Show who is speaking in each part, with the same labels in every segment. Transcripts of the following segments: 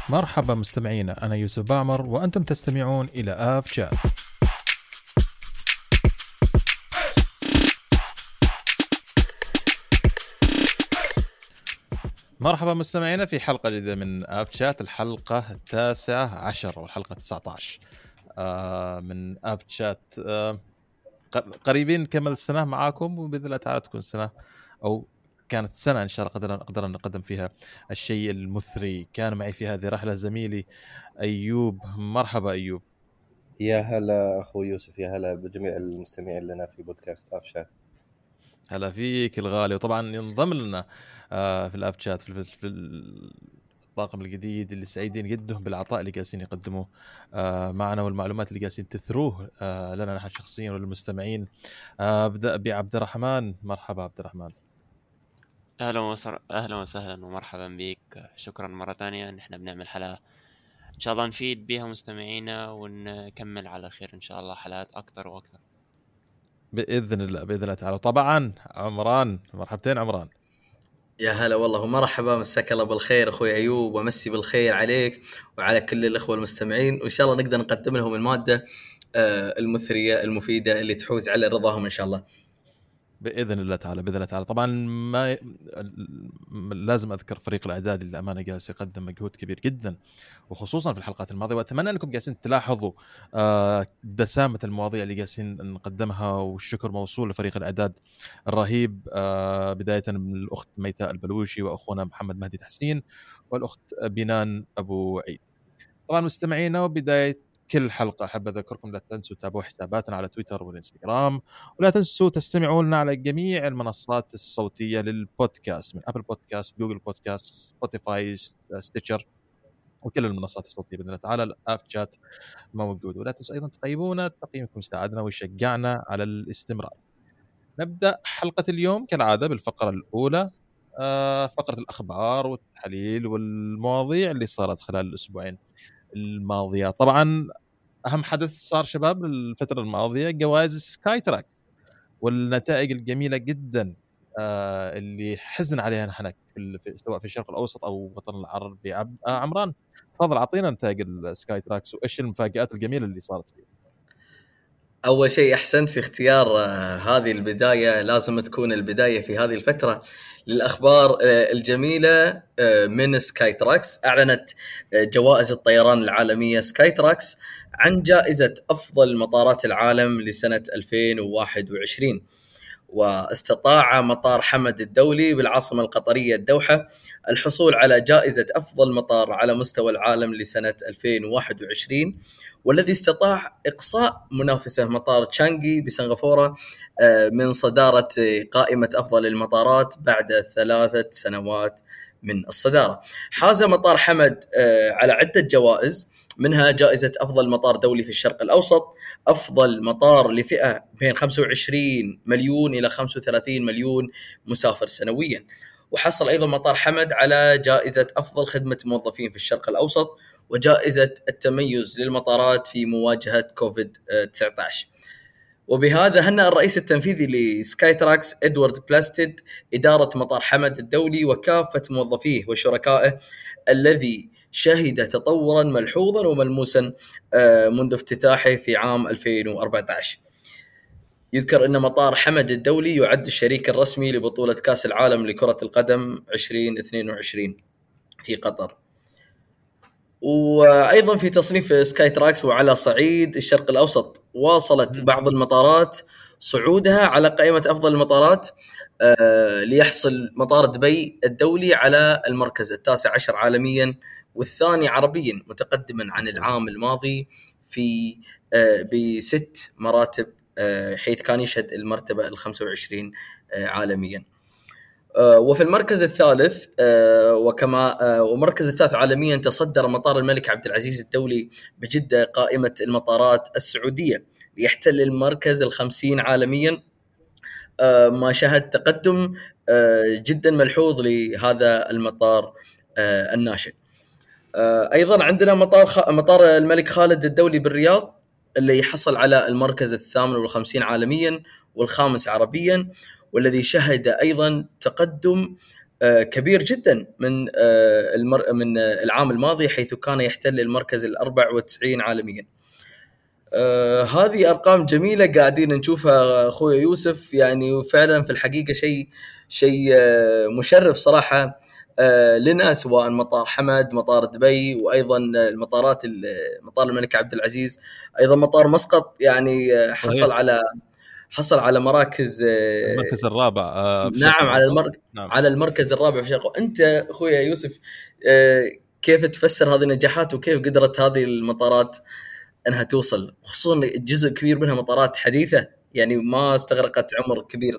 Speaker 1: مرحبا مستمعينا، أنا يوسف بعمر وأنتم تستمعون إلى آف شات. مرحبا مستمعينا في حلقة جديدة من آف شات، الحلقة 19 والحلقة 19 من آف شات. قريبين نكمل السنة معاكم، وبإذن الله تعالى تكون سنة أو كانت سنة إن شاء الله قدرنا نقدم فيها الشيء المثري. كان معي في هذه الرحلة زميلي أيوب. مرحبا أيوب.
Speaker 2: يا هلا أخوي يوسف، يا هلا بجميع المستمعين لنا في بودكاست آف شات.
Speaker 1: هلا فيك الغالي، وطبعا ينضم لنا في الآف شات في الطاقم الجديد اللي سعيدين جدا بالعطاء اللي قاسين يقدموه معنا، والمعلومات اللي قاسين تثروه لنا نحن شخصيا وللمستمعين. أبدأ بعبد الرحمن. مرحبا عبد الرحمن.
Speaker 3: أهلا وسهلا ومرحبا بك. شكرا مرة تانية إن إحنا بنعمل حلقة إن شاء الله نفيد بيها مستمعينا، ونكمل على خير إن شاء الله حلقات أكتر وأكتر
Speaker 1: بإذن الله تعالى. طبعا عمران، مرحبتين عمران.
Speaker 4: يا هلا والله ومرحبا، مساك الله بالخير أخوي أيوب، ومسي بالخير عليك وعلى كل الأخوة المستمعين، وإن شاء الله نقدر نقدم لهم المادة المثرية المفيدة اللي تحوز على رضاهم إن شاء الله
Speaker 1: بإذن الله تعالى. طبعا ما لازم أذكر فريق الإعداد اللي أمانة جالس يقدم مجهود كبير جدا، وخصوصا في الحلقات الماضية، وأتمنى أنكم جالسين تلاحظوا دسامة المواضيع اللي جالسين نقدمها، والشكر موصول لفريق الإعداد الرهيب، بداية من الأخت ميتاء البلوشي وأخونا محمد مهدي تحسين والأخت بنان أبو عيد. طبعا مستمعينا، وبداية كل حلقة أحب أذكركم لا تنسوا تتابعوا حساباتنا على تويتر والإنستغرام، ولا تنسوا تستمعوا لنا على جميع المنصات الصوتية للبودكاست، من أبل بودكاست، جوجل بودكاست، سبوتيفاي، ستيتشر، وكل المنصات الصوتية بإذن الله تعالى. الآف شات موجود. ولا تنسوا أيضا تقيمونا، تقييمكم يساعدنا ويشجعنا على الاستمرار. نبدأ حلقة اليوم كالعادة بالفقرة الأولى، فقرة الأخبار والتحليل والمواضيع اللي صارت خلال الأسبوعين الماضية. طبعا أهم حدث صار شباب الفترة الماضية جوائز سكاي تراكس، والنتائج الجميلة جدا اللي حزن عليها نحن سواء في الشرق الأوسط أو وطن العربي. عمران، تفضل أعطينا نتائج السكاي تراكس وإيش المفاجآت الجميلة اللي صارت فيه.
Speaker 4: أول شيء أحسنت في اختيار هذه البداية، لازم تكون البداية في هذه الفترة للأخبار الجميلة من سكاي تراكس. أعلنت جوائز الطيران العالمية سكاي تراكس عن جائزة أفضل مطارات العالم لسنة 2021، واستطاع مطار حمد الدولي بالعاصمة القطرية الدوحة الحصول على جائزة أفضل مطار على مستوى العالم لسنة 2021، والذي استطاع إقصاء منافسه مطار تشانغي بسنغافورة من صدارة قائمة أفضل المطارات بعد 3 سنوات من الصدارة. حاز مطار حمد على عدة جوائز، منها جائزة أفضل مطار دولي في الشرق الأوسط، أفضل مطار لفئة بين 25 مليون إلى 35 مليون مسافر سنويا. وحصل أيضا مطار حمد على جائزة أفضل خدمة موظفين في الشرق الأوسط، وجائزة التميز للمطارات في مواجهة كوفيد 19. وبهذا هنأ الرئيس التنفيذي لسكاي تراكس إدوارد بلاستيد إدارة مطار حمد الدولي وكافة موظفيه وشركائه، الذي شهد تطورا ملحوظا وملموسا منذ افتتاحه في عام 2014. يذكر أن مطار حمد الدولي يعد الشريك الرسمي لبطولة كأس العالم لكرة القدم 2022 في قطر. وأيضا في تصنيف سكاي تراكس وعلى صعيد الشرق الأوسط، واصلت بعض المطارات صعودها على قائمة أفضل المطارات، ليحصل مطار دبي الدولي على المركز 19 عالميا والثاني عربيا، متقدما عن العام الماضي في ب6 مراتب، حيث كان يشهد المرتبة 25 عالميا. وفي المركز الثالث ومركز الثالث عالميا تصدر مطار الملك عبد العزيز الدولي بجدة قائمة المطارات السعودية، ليحتل المركز 50 عالميا، ما شهد تقدم جدا ملحوظ لهذا المطار الناشئ. أيضا عندنا مطار الملك خالد الدولي بالرياض، اللي يحصل على المركز 58 عالميا والخامس عربيا، والذي شهد أيضا تقدم كبير جدا من العام الماضي، حيث كان يحتل المركز 94 عالميا. هذه أرقام جميلة قاعدين نشوفها أخوي يوسف، يعني فعلا في الحقيقة شيء مشرف صراحة لنا، سواء مطار حمد، مطار دبي، وأيضا مطار الملك عبد العزيز، أيضا مطار مسقط، يعني حصل على مراكز
Speaker 1: المركز الرابع في
Speaker 4: نعم
Speaker 1: نعم.
Speaker 4: على المركز الرابع في شرق. أنت أخويا يوسف كيف تفسر هذه النجاحات، وكيف قدرت هذه المطارات انها توصل، خصوصا جزء كبير منها مطارات حديثه يعني ما استغرقت عمر كبير؟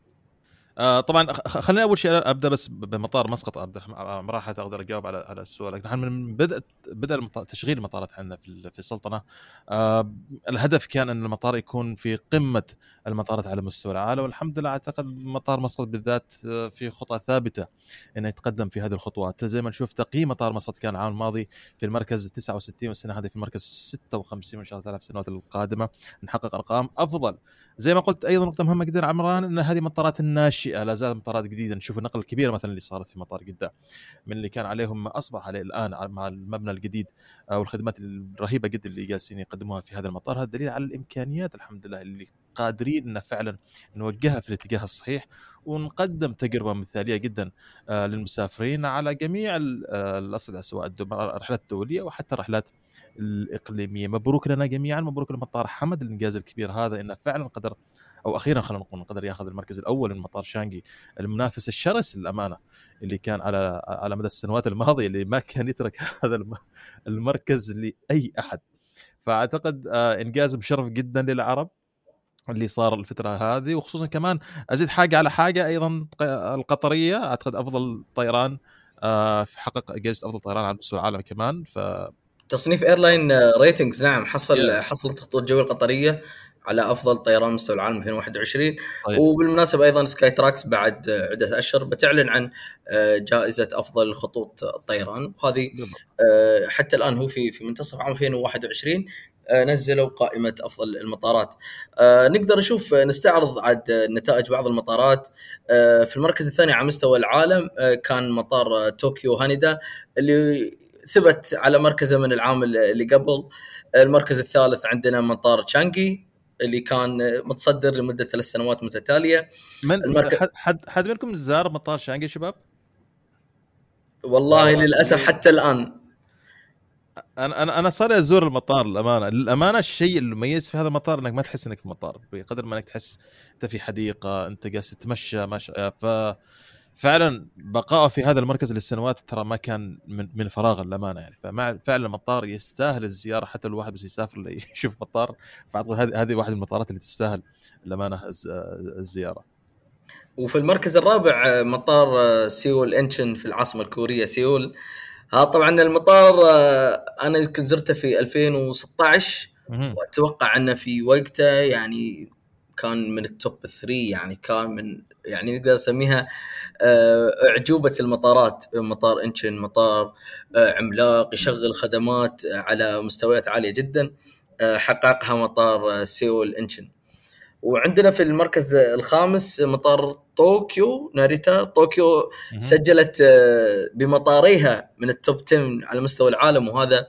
Speaker 1: طبعا خلينا اول شيء ابدا بس بمطار مسقط. عبد الرحمن ما راح اقدر اجاوب على السؤال. نحن من بدء تشغيل المطارات عندنا في السلطنه، الهدف كان ان المطار يكون في قمه المطارات على مستوى العالم، والحمد لله اعتقد مطار مسقط بالذات في خطى ثابته انه يتقدم في هذه الخطوات. زي ما نشوف تقييم مطار مسقط كان العام الماضي في المركز 69، والسنه هذه في المركز 56، وان شاء الله تعالى في السنوات القادمه نحقق ارقام افضل. زي ما قلت ايضا نقطه مهمه جدا عمران، ان هذه مطارات الناشئه، لا زالت مطارات جديده. نشوف النقله الكبيره مثلا اللي صارت في مطار جده من اللي كان عليهم ما اصبح عليه الان مع المبنى الجديد والخدمات الرهيبه جدا اللي جالسين يقدموها في هذا المطار. هذا دليل على الامكانيات الحمد لله اللي قادرين ان فعلا نوجهها في الاتجاه الصحيح، ونقدم تجربه مثاليه جدا للمسافرين على جميع الاصعده، سواء الرحلات الدوليه وحتى الرحلات الإقليمية. مبروك لنا جميعا، مبروك لمطار حمد الإنجاز الكبير هذا، إنه فعلا قدر، أو أخيرا خلينا نقول قدر يأخذ المركز الأول من مطار شانغي، المنافس الشرس للأمانة اللي كان على مدى السنوات الماضية اللي ما كان يترك هذا المركز لأي أحد. فأعتقد إنجاز مشرف جدا للعرب اللي صار الفترة هذه. وخصوصا كمان أزيد حاجة على حاجة، أيضا القطرية أعتقد أفضل طيران في حقق جائزة أفضل طيران على مستوى العالم كمان.
Speaker 4: تصنيف ايرلاين ريتنجز، نعم حصلت خطوة الجو القطرية على افضل طيران مستوى العالم 2021. وبالمناسبة ايضا سكاي تراكس بعد عدة اشهر بتعلن عن جائزة افضل خطوط الطيران، وهذه حتى الان هو في منتصف عام 2021 نزلوا قائمة أفضل المطارات. نقدر نستعرض عاد نتائج بعض المطارات. في المركز الثاني على مستوى العالم كان مطار طوكيو هانيدا اللي ثبت على مركزه من العام اللي قبل. المركز الثالث عندنا مطار شانغي اللي كان متصدر لمدة 3 سنوات متتالية.
Speaker 1: حد منكم زار مطار شانغي شباب؟
Speaker 4: والله للأسف حتى الآن
Speaker 1: انا صار ازور المطار. للامانه الشيء المميز في هذا المطار انك ما تحس انك في المطار، بقدر ما انك تحس انت في حديقه، انت جالس تتمشى ففعلا بقائه في هذا المركز للسنوات ترى ما كان من فراغ للامانه يعني. فعلا المطار يستاهل الزياره، حتى لو الواحد بس يسافر يشوف مطار، فاعتقد هذه واحد من المطارات اللي تستاهل للامانه الزياره.
Speaker 4: وفي المركز الرابع مطار سيول إنشن في العاصمه الكوريه سيول. طبعا المطار انا كنت زرته في 2016 واتوقع انه في وقته يعني كان من التوب 3، يعني كان من يعني نقدر نسميها اعجوبه المطارات. مطار انشن مطار عملاق يشغل خدمات على مستويات عاليه جدا حققها مطار سيول انشن. وعندنا في المركز الخامس مطار طوكيو ناريتا. طوكيو سجلت بمطاريها من التوب 10 على مستوى العالم، وهذا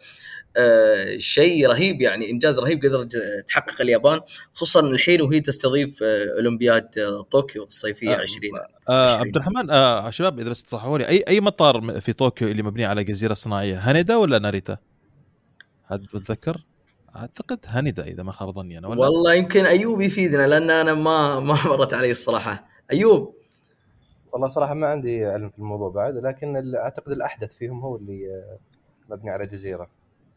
Speaker 4: شيء رهيب، يعني إنجاز رهيب قدرت تحقق اليابان، خصوصا الحين وهي تستضيف أولمبياد طوكيو الصيفية 2020.
Speaker 1: عبد الرحمن شباب إذا بس تصححوا لي، أي مطار في طوكيو اللي مبني على جزيرة صناعية، هانيدا ولا ناريتا؟ هل تتذكر؟ أعتقد هانيدا إذا ما خاب ظني أنا.
Speaker 4: والله يمكن أيوب يفيدنا لأن أنا ما مرت علي الصراحة. أيوب
Speaker 2: والله صراحة ما عندي علم في الموضوع بعد، لكن أعتقد الأحدث فيهم هو اللي مبني على جزيرة.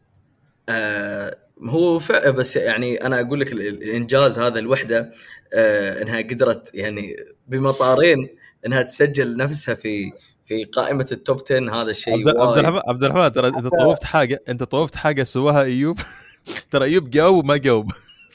Speaker 4: هو بس يعني أنا أقول لك الإنجاز هذا الوحدة إنها قدرت يعني بمطارين إنها تسجل نفسها في قائمة التوب 10. هذا الشيء
Speaker 1: عبد الرحمن ترى أنت طوفت حاجة سواها أيوب. ترى أيوب جاوب ما جاوب.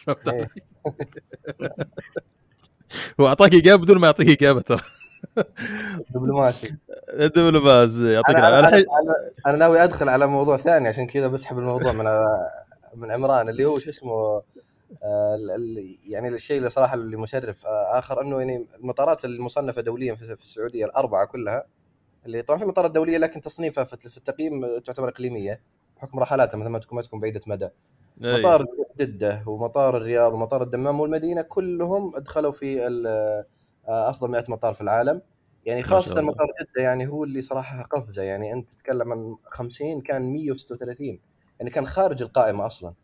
Speaker 1: هو أعطاك إجابة بدون ما يعطيك إجابة. ترى
Speaker 2: دبلوماسي
Speaker 1: يعطيك
Speaker 2: العافية. أنا ناوي أدخل على موضوع ثاني عشان كذا بسحب الموضوع من عمران اللي هو شو اسمه يعني الشيء اللي صراحة اللي مشرف آخر أنه يعني المطارات المصنفة دوليا في السعودية الأربعة كلها اللي طبعا في المطارات الدوليه لكن تصنيفها في التقييم تعتبر اقليميه بحكم رحلاتها مثل ما تكون بعيده مدى. مطار جده ومطار الرياض ومطار الدمام والمدينه كلهم ادخلوا في افضل 100 مطار في العالم. يعني خاصه مطار جده يعني هو اللي صراحه قفزه. يعني انت تتكلم عن 50 كان 136 يعني كان خارج القائمه اصلا.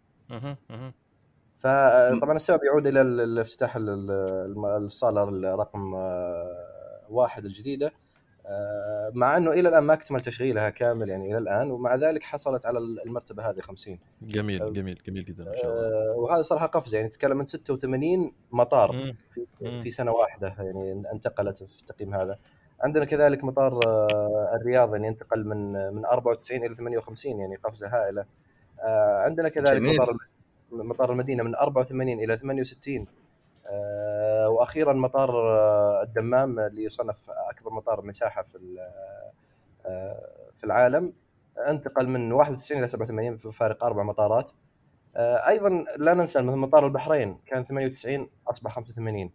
Speaker 2: فطبعا السبب يعود الى الافتتاح الصاله رقم 1 الجديده، مع انه الى الان ما اكتمل تشغيلها كامل يعني الى الان، ومع ذلك حصلت على المرتبه هذه 50.
Speaker 1: جميل جميل جميل جدا ما شاء الله.
Speaker 2: وهذا صراحه قفزه. يعني تتكلم عن 86 مطار في سنه واحده يعني انتقلت في التقييم هذا. عندنا كذلك مطار الرياض يعني انتقل من 94 الى 58 يعني قفزه هائله. عندنا كذلك مطار المدينه من 84 الى 68. واخيرا مطار الدمام اللي يصنف اكبر مطار مساحه في العالم انتقل من 91 الى 87 في فارق 4 مطارات. ايضا لا ننسى مثل مطار البحرين كان 98 اصبح 85.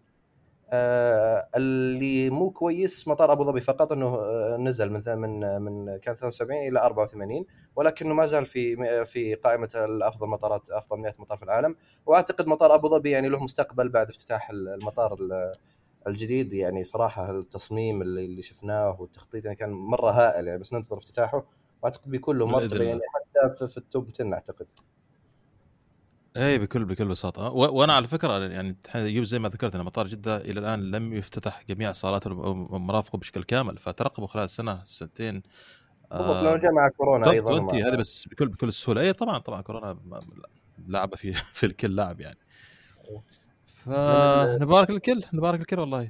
Speaker 2: اللي مو كويس مطار ابو ظبي فقط انه نزل من كان 73 الى 84 ولكنه ما زال في قائمه الافضل مطارات افضل 100 مطار في العالم. واعتقد مطار ابو ظبي يعني له مستقبل بعد افتتاح المطار الجديد. يعني صراحه التصميم اللي شفناه والتخطيط يعني كان مره هائل يعني، بس ننتظر افتتاحه واعتقد بيكون له مرتبه يعني حتى في التوب 10 اعتقد.
Speaker 1: اي بكل بساطه. وانا على فكره يعني يوم زي ما ذكرت ان مطار جده الى الان لم يفتتح جميع الصالات ومرافقه بشكل كامل، فترقبوا خلال سنه سنتين.
Speaker 2: لو جاء مع كورونا ايضا
Speaker 1: هذا بس بكل سهوله. اي طبعا كورونا لعبه في الكل لاعب يعني. فنبارك الكل والله.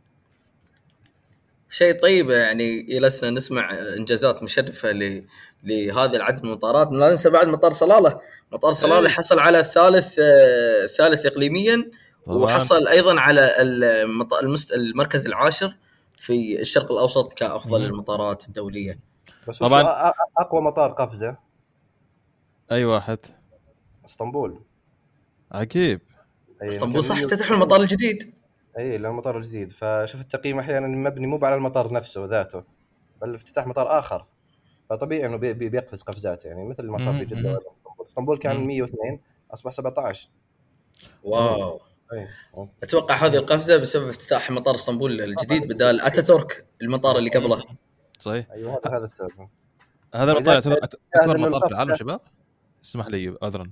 Speaker 4: شيء طيب يعني يلسنا نسمع انجازات مشرفه لهذه العدد من المطارات. لا ننسى بعد مطار صلاله حصل على الثالث اقليميا طبعاً. وحصل ايضا على المركز العاشر في الشرق الاوسط كافضل المطارات الدوليه.
Speaker 2: بس طبعا اقوى مطار قفزه
Speaker 1: اي واحد؟
Speaker 2: اسطنبول.
Speaker 1: عجيب.
Speaker 4: اسطنبول صح افتتحوا المطار الجديد.
Speaker 2: اي المطار الجديد. فشوف التقييم احيانا مبني مو على المطار نفسه ذاته بل افتتاح مطار اخر، فطبيعي انه بيقفز قفزات يعني مثل ما صار في جده. اسطنبول كان 102 اصبح 17.
Speaker 4: واو. اتوقع هذه القفزه بسبب افتتاح مطار اسطنبول الجديد بدال اتاتورك المطار اللي قبله.
Speaker 1: صحيح.
Speaker 2: ايوه هذا السبب.
Speaker 1: هذا المطار اكبر مطار في العالم شباب. اسمح لي اذرا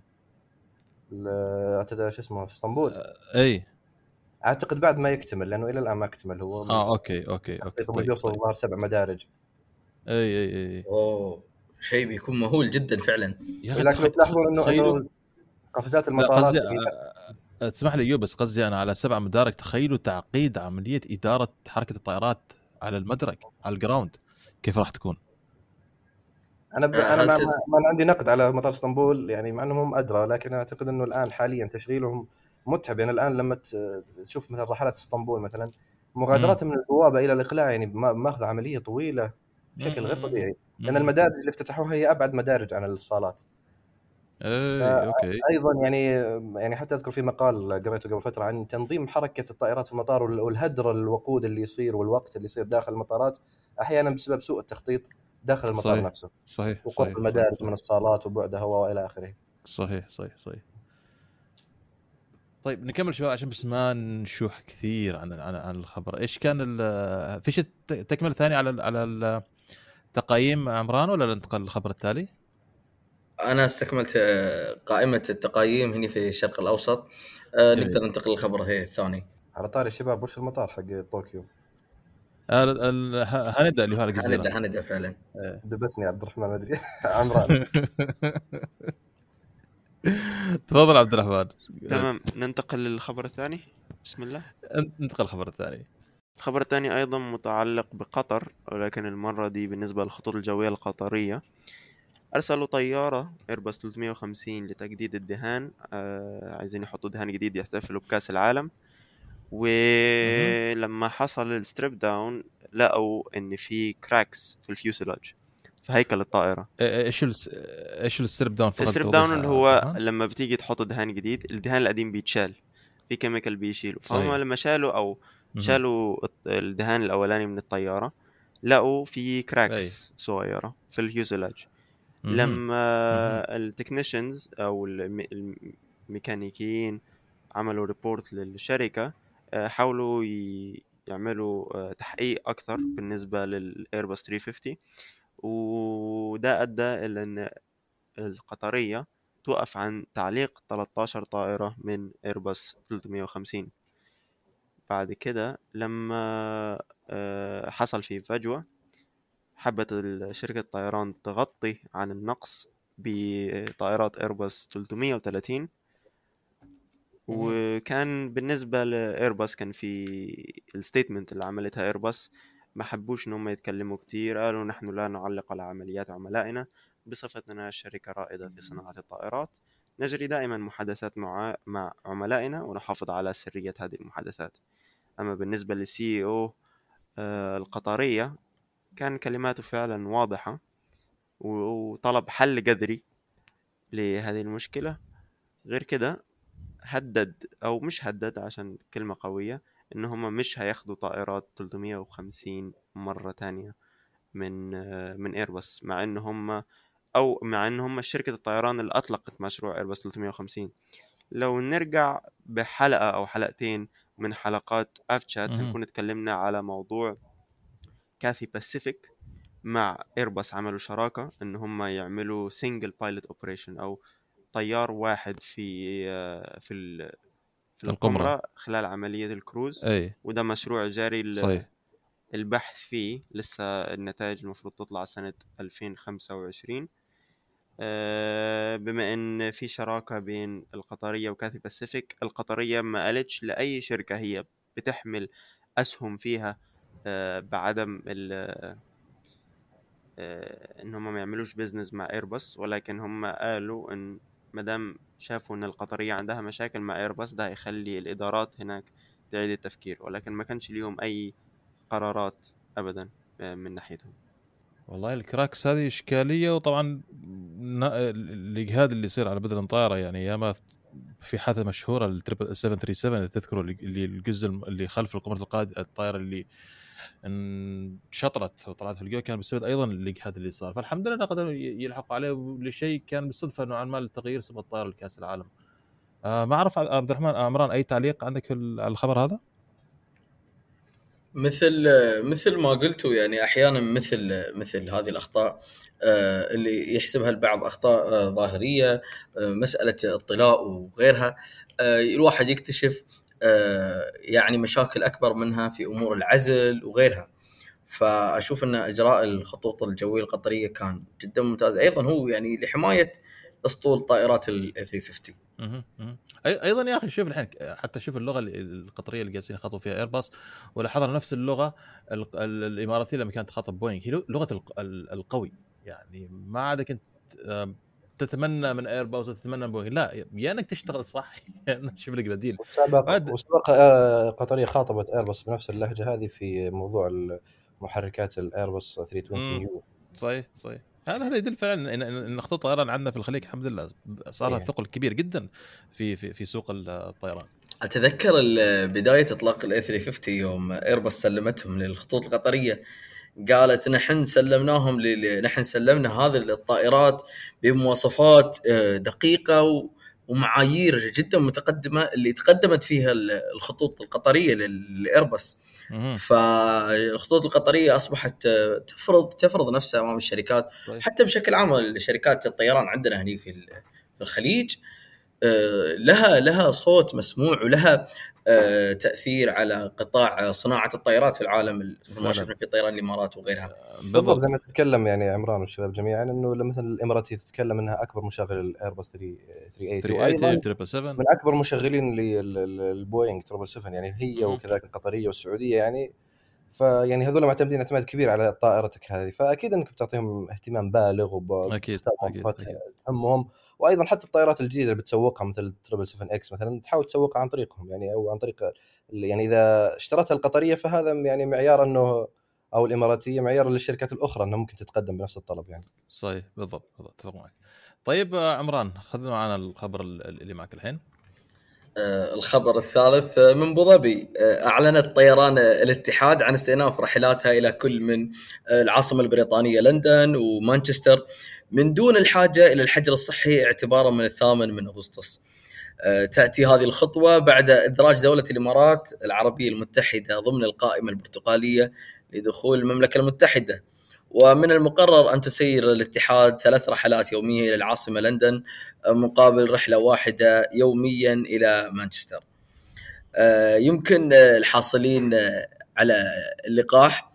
Speaker 2: اعتقد شو اسمه اسطنبول.
Speaker 1: اي
Speaker 2: اعتقد بعد ما يكتمل لانه الى الان ما اكتمل هو.
Speaker 1: اوكي
Speaker 2: طيب يوصل الظاهر 7 مدارج.
Speaker 1: اي
Speaker 4: اوه شيء بيكون مهول جدا فعلا.
Speaker 2: لكن تلاحظون انه قفزات المطارات
Speaker 1: تسمح لي بس قصدي انا على 7 مدارج. تخيلوا تعقيد عمليه اداره حركه الطائرات على المدرج على الجراوند كيف راح تكون.
Speaker 2: انا ما عندي نقد على مطار اسطنبول يعني مع انهم ادرى، لكن اعتقد انه الان حاليا تشغيلهم متعب. يعني الان لما تشوف مثلا رحلات اسطنبول مثلا مغادرتها من البوابه الى الاقلاع يعني ماخذ عمليه طويله بشكل غير طبيعي، لان المدارج اللي افتتحوها هي ابعد مدارج عن الصالات.
Speaker 1: اوكي.
Speaker 2: ايضا يعني حتى اذكر في مقال قريته قبل فتره عن تنظيم حركه الطائرات في المطار والهدر الوقود اللي يصير والوقت اللي يصير داخل المطارات احيانا بسبب سوء التخطيط داخل المطار
Speaker 1: صحيح.
Speaker 2: نفسه.
Speaker 1: صحيح.
Speaker 2: وقرب المدارج من الصالات وبعد هواء والى اخره.
Speaker 1: صحيح. طيب نكمل شوي عشان بس ما نشوح كثير عن الخبر. ايش كان في شيء تكمل ثاني على التقييم عمران ولا ننتقل للخبر التالي؟
Speaker 4: انا استكملت قائمه التقييم هنا في الشرق الاوسط. نقدر ننتقل للخبر الثاني.
Speaker 2: على طاري الشباب وش المطار حق طوكيو؟
Speaker 1: هندا اللي هو الجزيره.
Speaker 4: هندا فعلا.
Speaker 2: دبسني عبد الرحمن ما ادري عمران.
Speaker 1: تفضل عبد الرحمن.
Speaker 3: تمام ننتقل للخبر الثاني. بسم الله.
Speaker 1: ننتقل للخبر الثاني.
Speaker 3: الخبر الثاني أيضا متعلق بقطر، ولكن المرة دي بالنسبة للخطوط الجوية القطرية. أرسلوا طيارة إيرباص 350 لتجديد الدهان. عايزين يحطوا دهان جديد يحتفلوا بكأس العالم. ولما حصل الستريب داون لقوا إن في كراكس في الفيوسلاج في هيكل الطائرة.
Speaker 1: ايش الستريب داون؟
Speaker 3: الستريب داون اللي هو لما بتيجي تحط دهان جديد الدهان القديم بيتشال في كيميكال بيشيله. فهم لما شالوا الدهان الأولاني من الطيارة لقوا في
Speaker 1: أي.
Speaker 3: كراكس صغيرة في الفيوزلاج.
Speaker 1: مهم.
Speaker 3: لما التكنيشنز او الميكانيكيين عملوا ريبورت للشركة، حاولوا يعملوا تحقيق اكثر بالنسبة للايرباص 350، وده ادى الى ان القطرية توقف عن تعليق 13 طائرة من ايرباص 350. بعد كده لما حصل في فجوة، حبت شركة الطيران تغطي عن النقص بطائرات ايرباص 330. وكان بالنسبة لايرباص كان في الستيتمنت اللي عملتها ايرباص ما حبوش ان هم يتكلموا كتير. قالوا نحن لا نعلق على عمليات عملائنا، بصفتنا شركة رائدة في صناعة الطائرات نجري دائما محادثات مع عملائنا ونحافظ على سرية هذه المحادثات. أما بالنسبة للسي او القطرية، كان كلماته فعلا واضحة وطلب حل جذري لهذه المشكلة. غير كده هدد، أو مش هدد عشان كلمة قوية، إن هم مش هياخدوا طائرات 350 مرة تانية من إيرباص، مع إن هم شركة الطيران اللي أطلقت مشروع إيرباص 350. لو نرجع بحلقة أو حلقتين من حلقات أفشات هنكون اتكلمنا على موضوع كاثي باسيفيك مع ايرباص عملوا شراكة ان هم يعملوا سنجل بايلوت اوبريشن، او طيار واحد في القمرة خلال عملية الكروز.
Speaker 1: أي.
Speaker 3: وده مشروع جاري
Speaker 1: صحيح.
Speaker 3: البحث فيه، لسه النتائج المفروض تطلع سنة 2025. بما ان في شراكة بين القطرية وكاثي باسيفيك، القطرية ما قالتش لأي شركة هي بتحمل أسهم فيها بعدم ان هم ما يعملوش بيزنس مع ايرباص، ولكن هم قالوا ان مدام شافوا ان القطرية عندها مشاكل مع ايرباص ده هيخلي الادارات هناك تعيد التفكير، ولكن ما كانش ليهم اي قرارات ابدا من ناحيتهم.
Speaker 1: والله الكراكس هذه إشكالية، وطبعا الإجهاد اللي يصير على بدل الطائرة، يعني ياما في حادثة مشهورة التريبل 737 تذكروا، اللي الجزء اللي خلف القمر الطائرة اللي انشطرت وطلعت في الجو، كان بسبب ايضا الاجهاد اللي صار. فالحمد لله قدروا يلحقوا عليه لشيء كان بالصدفه نوعا ما التغيير سبب الطائره لكاس العالم. ما اعرف عبد الرحمن عمران اي تعليق عندك على الخبر هذا؟
Speaker 4: مثل ما قلتوا، يعني احيانا مثل هذه الاخطاء اللي يحسبها البعض اخطاء ظاهريه، مساله اطلاء وغيرها، الواحد يكتشف يعني مشاكل اكبر منها في امور العزل وغيرها. فاشوف ان اجراء الخطوط الجويه القطريه كان جدا ممتاز، ايضا هو يعني لحمايه اسطول طائرات ال 350.
Speaker 1: ايضا يا اخي شوف الحين، حتى شوف اللغه القطريه اللي جالسين يخاطبوا فيها ايرباص، ولاحظنا نفس اللغه الاماراتيه لما كانت تخاطب بوينغ، هي لغه القوي. يعني ما عاد كنت تتمنى من ايرباص وتتمنى من بوينغ، لا يا انك تشتغل صح يا انك تشوف لك بديل.
Speaker 2: وسبق قطرية خاطبت ايرباص بنفس اللهجه هذه في موضوع محركات الايرباص 320 نيو.
Speaker 1: صحيح. هذا يدل فعلا ان خطوط الطيران عندنا في الخليج الحمد لله صار لها ثقل كبير جدا في سوق الطيران.
Speaker 4: اتذكر بدايه اطلاق ال 350 يوم ايرباص سلمتهم للخطوط القطريه، قالت نحن سلمنا هذه الطائرات بمواصفات دقيقه ومعايير جدا متقدمه اللي تقدمت فيها الخطوط القطريه للايرباص. فالخطوط القطريه اصبحت تفرض نفسها امام الشركات، حتى بشكل عام شركات الطيران عندنا هنا في الخليج لها صوت مسموع ولها تأثير على قطاع صناعة الطائرات في العالم، مثل ما شفنا في طيران الإمارات وغيرها.
Speaker 2: بالضبط، زي ما تتكلم يعني عمران والشباب جميعا انه مثلا الاماراتي تتكلم انها اكبر مشغل الايرباص 380 وايضا من اكبر مشغلين للبوينغ 777، يعني هي وكذلك القطريه والسعوديه. يعني فيعني هذول معتمدين اعتماد كبير على طائرتك هذه، فاكيد انك بتعطيهم اهتمام بالغ وبتختار مواصفات تهمهم. وايضا حتى الطائرات الجديده اللي بتسوقها مثل 777X مثلا تحاول تسوقها عن طريقهم، يعني او عن طريق يعني اذا اشترتها القطريه فهذا يعني معيار انه، او الاماراتيه معيار للشركات الاخرى انها ممكن تتقدم بنفس الطلب يعني.
Speaker 1: صحيح بالضبط اتفق معك. طيب عمران، خذنا معنا الخبر اللي معك الحين.
Speaker 4: الخبر الثالث من ابو ظبي. اعلنت طيران الاتحاد عن استئناف رحلاتها الى كل من العاصمه البريطانيه لندن ومانشستر من دون الحاجه الى الحجر الصحي اعتبارا من 8 أغسطس. تاتي هذه الخطوه بعد ادراج دوله الامارات العربيه المتحده ضمن القائمه البرتقاليه لدخول المملكه المتحده. ومن المقرر أن تسير الاتحاد 3 رحلات يومية إلى العاصمة لندن مقابل رحلة واحدة يوميا إلى مانشستر. يمكن الحاصلين على اللقاح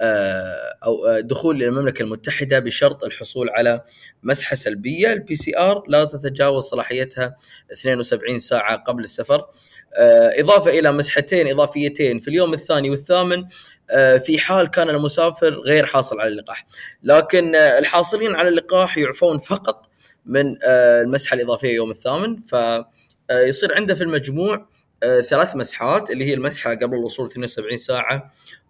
Speaker 4: أو دخول المملكة المتحدة بشرط الحصول على مسحة سلبية البي سي آر لا تتجاوز صلاحيتها 72 ساعة قبل السفر، إضافة إلى مسحتين إضافيتين في اليوم الثاني والثامن في حال كان المسافر غير حاصل على اللقاح. لكن الحاصلين على اللقاح يعفون فقط من المسحة الإضافية يوم الثامن، فيصير عنده في المجموع 3 مسحات اللي هي المسحة قبل الوصول 72 ساعة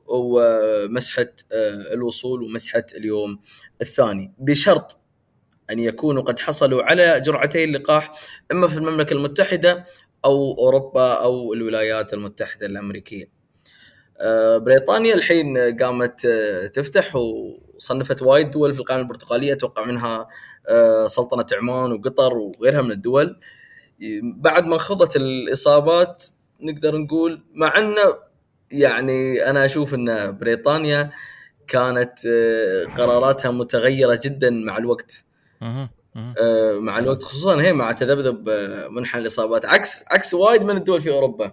Speaker 4: ومسحة الوصول ومسحة اليوم الثاني، بشرط أن يكونوا قد حصلوا على جرعتي اللقاح إما في المملكة المتحدة أو أوروبا أو الولايات المتحدة الأمريكية. بريطانيا الحين قامت تفتح وصنفت وايد دول في القائمة البرتقالية، أتوقع منها سلطنة عمان وقطر وغيرها من الدول. بعد ما خضت الإصابات نقدر نقول، مع أنه يعني أنا أشوف أن بريطانيا كانت قراراتها متغيرة جدا مع الوقت، مع الوقت خصوصا هي مع تذبذب منحنى الإصابات عكس وايد من الدول في أوروبا.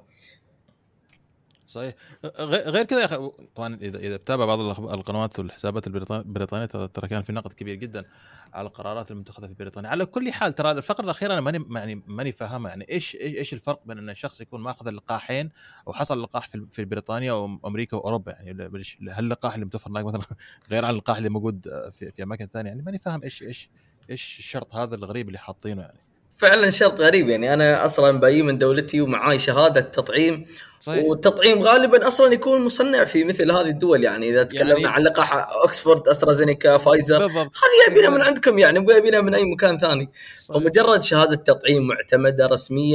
Speaker 1: صحيح. غير كذا يا اخي، طبعا اذا بتابع بعض القنوات والحسابات البريطانيه ترى كان في نقد كبير جدا على القرارات المتخذه في بريطانيا. على كل حال ترى الفقره الاخيره انا ماني فاهمه، يعني ايش الفرق بين ان الشخص يكون ماخذ اللقاحين وحصل اللقاح في بريطانيا وامريكا واوروبا؟ يعني هل اللقاح اللي متوفر هناك مثلا غير عن اللقاح اللي موجود في اماكن ثانيه؟ يعني ماني فاهم ايش الشرط هذا الغريب اللي حاطينه. يعني
Speaker 4: فعلا شرط غريب، يعني انا اصلا باي من دولتي ومعاي شهاده تطعيم. صحيح. والتطعيم غالبا اصلا يكون مصنع في مثل هذه الدول، يعني اذا تكلمنا يعني عن لقاح اوكسفورد، استرازينيكا، فايزر، هذه جايبينها من عندكم، يعني مو جايبينها من اي مكان ثاني. ومجرد شهاده تطعيم معتمده رسميا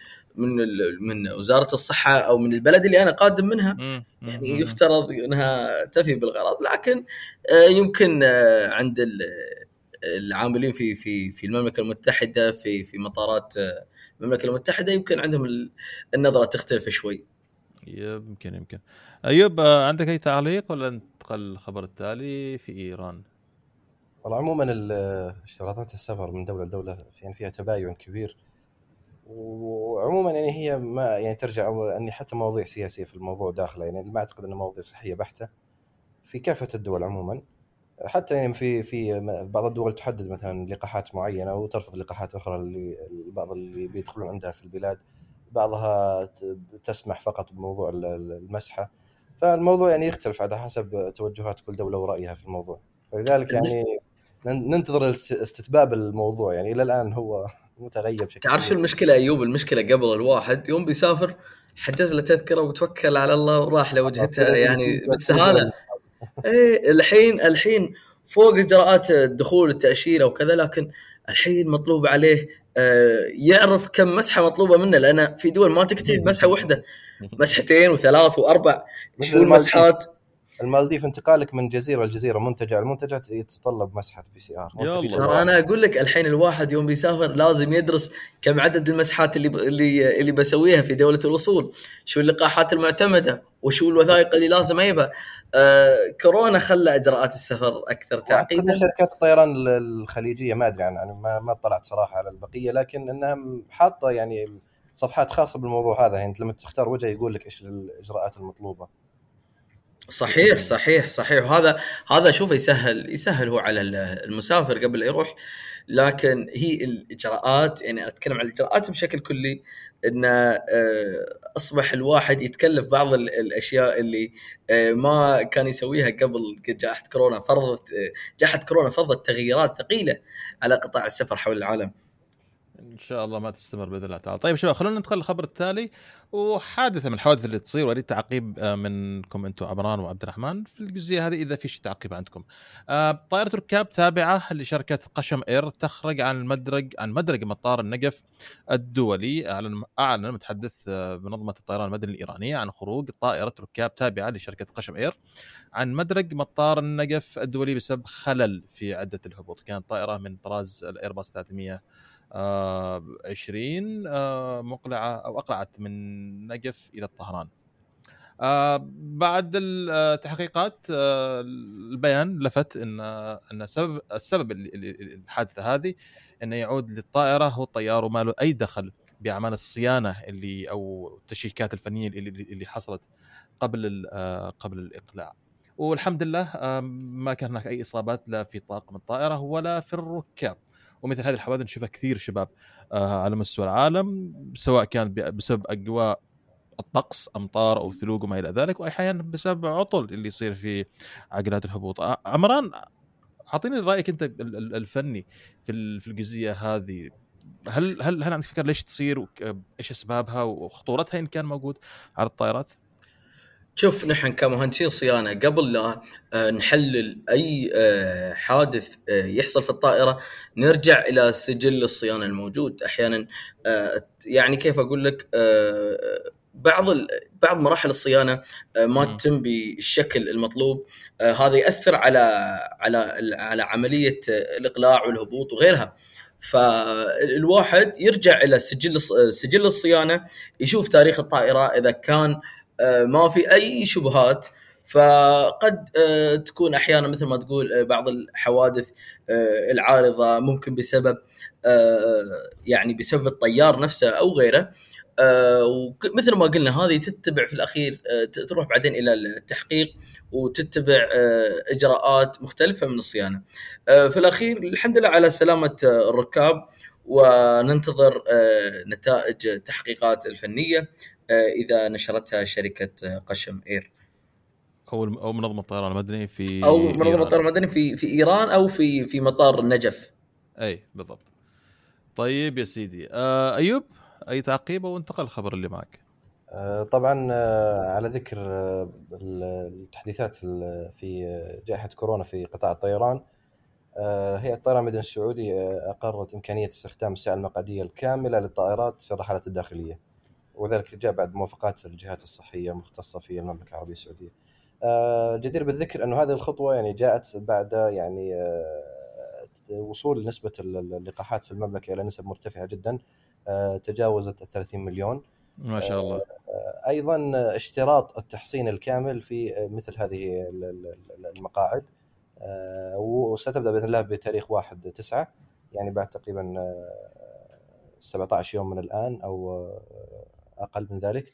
Speaker 4: من وزاره الصحه او من البلد اللي انا قادم منها، يعني يفترض انها تفي بالغرض. لكن يمكن عند العاملين في المملكه المتحده في مطارات المملكه المتحده يمكن عندهم النظره تختلف شوي.
Speaker 1: يمكن ايوب، عندك اي تعليق ولا ننتقل الخبر التالي في ايران؟
Speaker 2: والله عموما اشتراطات السفر من دوله لدوله يعني فيها تباين كبير، وعموما يعني هي ما يعني ترجع اني حتى مواضيع سياسيه في الموضوع داخله، يعني ما اعتقد انه مواضيع صحيه بحته في كافه الدول عموما. حتى يعني في بعض الدول تحدد مثلا لقاحات معينه وترفض لقاحات اخرى البعض اللي بيدخلون عندها في البلاد، بعضها تسمح فقط بموضوع المسحه. فالموضوع يعني يختلف على حسب توجهات كل دوله ورايها في الموضوع، فلذلك يعني ننتظر استتباب الموضوع. يعني الى الان هو متغير بشكل
Speaker 4: تعرف شو المشكله ايوب؟ المشكله قبل الواحد يوم بيسافر حجز له تذكره وتوكل على الله وراح لوجهته يعني بالسهاله. ايه الحين فوق اجراءات الدخول التاشيره وكذا، لكن الحين مطلوب عليه يعرف كم مسحه مطلوبه منه، لان في دول ما تكتفي بمسحه واحده، مسحتين وثلاث واربع. شو المسحات؟
Speaker 2: المالديف انتقالك من جزيره لجزيره منتجع المنتجع يتطلب مسحه بي سي ار.
Speaker 4: ترى انا اقول لك الحين الواحد يوم بيسافر لازم يدرس كم عدد المسحات اللي بسويها في دوله الوصول، شو اللقاحات المعتمده وشو الوثائق اللي لازم اجيبها. كورونا خلى اجراءات السفر اكثر تعقيدا.
Speaker 2: شركات الطيران الخليجيه ما ادري يعني ما طلعت صراحه على البقيه، لكن انها حاطه يعني صفحات خاصه بالموضوع هذا. يعني لما تختار وجه يقول لك ايش الاجراءات المطلوبه.
Speaker 4: صحيح. وهذا شوف يسهل هو على المسافر قبل يروح. لكن هي الاجراءات، يعني اتكلم عن الاجراءات بشكل كلي، ان اصبح الواحد يتكلف بعض الاشياء اللي ما كان يسويها قبل جائحه كورونا. جائحه كورونا فرضت تغييرات ثقيله على قطاع السفر حول العالم.
Speaker 1: ان شاء الله ما تستمر باذن الله تعالى. طيب شباب خلونا ننتقل للخبر التالي، وحادثه من الحوادث اللي تصير ولي تعقيب منكم انتم عمران وعبد الرحمن في الجزئيه هذه اذا في شيء تعقيب عندكم. طائره ركاب تابعه لشركه قشم اير تخرج عن مدرج مطار النجف الدولي. اعلن متحدث بمنظمه الطيران المدني الايرانيه عن خروج طائره ركاب تابعه لشركه قشم اير عن مدرج مطار النجف الدولي بسبب خلل في عدة الهبوط. كانت طائرة من طراز الإيرباص 320 مقلعة أو أقلعت من نجف إلى الطهران. بعد التحقيقات البيان لفت أن السبب الحادثة هذه أنه يعود للطائرة هو الطيار وما له أي دخل بأعمال الصيانة أو التشيكات الفنية اللي حصلت قبل الإقلاع. والحمد لله ما كان هناك أي إصابات لا في طاقم الطائرة ولا في الركاب. ومثل هذه الحوادث نشوفها كثير شباب على مستوى العالم، سواء كان بسبب أجواء الطقس أمطار أو ثلوج وما إلى ذلك، وأحيانا بسبب عطل اللي يصير في عجلات الهبوط. عمران أعطيني رأيك أنت الفني في الجزئية هذه. هل عندك فكرة ليش تصير وإيش أسبابها وخطورتها إن كان موجود على الطائرات؟
Speaker 4: شوف، نحن كمهندسين صيانة قبل لا نحلل أي حادث يحصل في الطائرة نرجع إلى سجل الصيانة الموجود. أحيانا يعني كيف أقول لك، بعض مراحل الصيانة ما تتم بالشكل المطلوب. هذا يأثر على عملية الإقلاع والهبوط وغيرها. فالواحد يرجع إلى سجل الصيانة، يشوف تاريخ الطائرة، إذا كان ما في أي شبهات. فقد تكون أحيانا مثل ما تقول بعض الحوادث العارضة ممكن بسبب يعني بسبب الطيار نفسه أو غيره. ومثل ما قلنا هذه تتبع في الأخير تروح بعدين إلى التحقيق وتتبع إجراءات مختلفة من الصيانة. في الأخير الحمد لله على سلامة الركاب، وننتظر نتائج التحقيقات الفنية إذا نشرتها شركة قشم إير
Speaker 1: أو منظمة الطيران المدني
Speaker 4: في إيران أو في مطار النجف.
Speaker 1: أي بالضبط. طيب يا سيدي، أيوب أي تعقيب أو انتقل الخبر اللي معك؟
Speaker 2: طبعا على ذكر التحديثات في جائحة كورونا في قطاع الطيران، هيئة الطيران المدني السعودي أقرت إمكانية استخدام الساعة المقعدية الكاملة للطائرات في الرحلات الداخلية، وذلك جاء بعد موافقات الجهات الصحية المختصة في المملكة العربية السعودية. جدير بالذكر أنه هذه الخطوة يعني جاءت بعد يعني وصول نسبة اللقاحات في المملكة إلى نسب مرتفعة جدا، تجاوزت 30 مليون
Speaker 1: ما شاء الله.
Speaker 2: أيضا اشتراط التحصين الكامل في مثل هذه المقاعد، وستبدأ بإذن الله بتاريخ 1/9، يعني بعد تقريبا 17 يوم من الآن أو أقل من ذلك.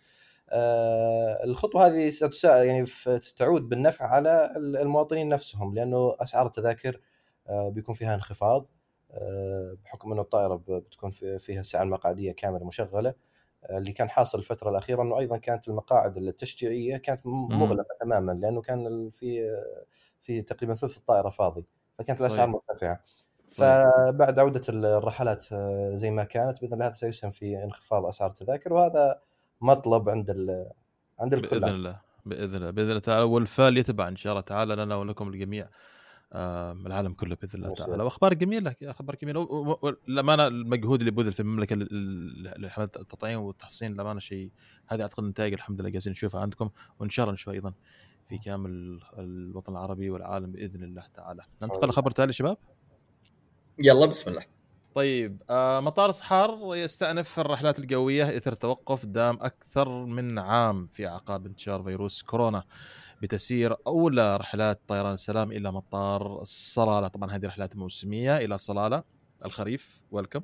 Speaker 2: الخطوة هذه يعني تعود بالنفع على المواطنين نفسهم، لأنه أسعار التذاكر بيكون فيها انخفاض بحكم أنه الطائرة بتكون فيها الساعة المقعدية كاملة مشغلة. اللي كان حاصل الفترة الأخيرة أنه أيضا كانت المقاعد التشجيعية كانت مغلقة تماما، لأنه كان في تقريبا ثلث الطائرة فاضي، فكانت الأسعار مرتفعة. فبعد عودة الرحلات زي ما كانت بإذن الله هذا سيسهم في انخفاض أسعار التذاكر، وهذا مطلب عند الكل
Speaker 1: بإذن الله تعالى، والفال يتبع إن شاء الله تعالى لنا ولكم الجميع العالم كله بإذن الله تعالى. وأخبار جميلة، أخبار جميلة للأمانة. المجهود اللي بذل في المملكة لحملة التطعيم والتحصين للأمانة شيء، هذه أعتقد نتائج الحمد لله جالسين نشوفها عندكم، وإن شاء الله نشوفها أيضا في كامل الوطن العربي والعالم بإذن الله تعالى. ننتقل لخبر تالي شباب.
Speaker 4: يلا بسم الله.
Speaker 1: طيب مطار صحار يستأنف الرحلات الجوية إثر توقف دام أكثر من عام في أعقاب انتشار فيروس كورونا، بتسير أولى رحلات طيران السلام إلى مطار الصلالة. طبعا هذه رحلات موسمية إلى صلالة الخريف. ويلكم.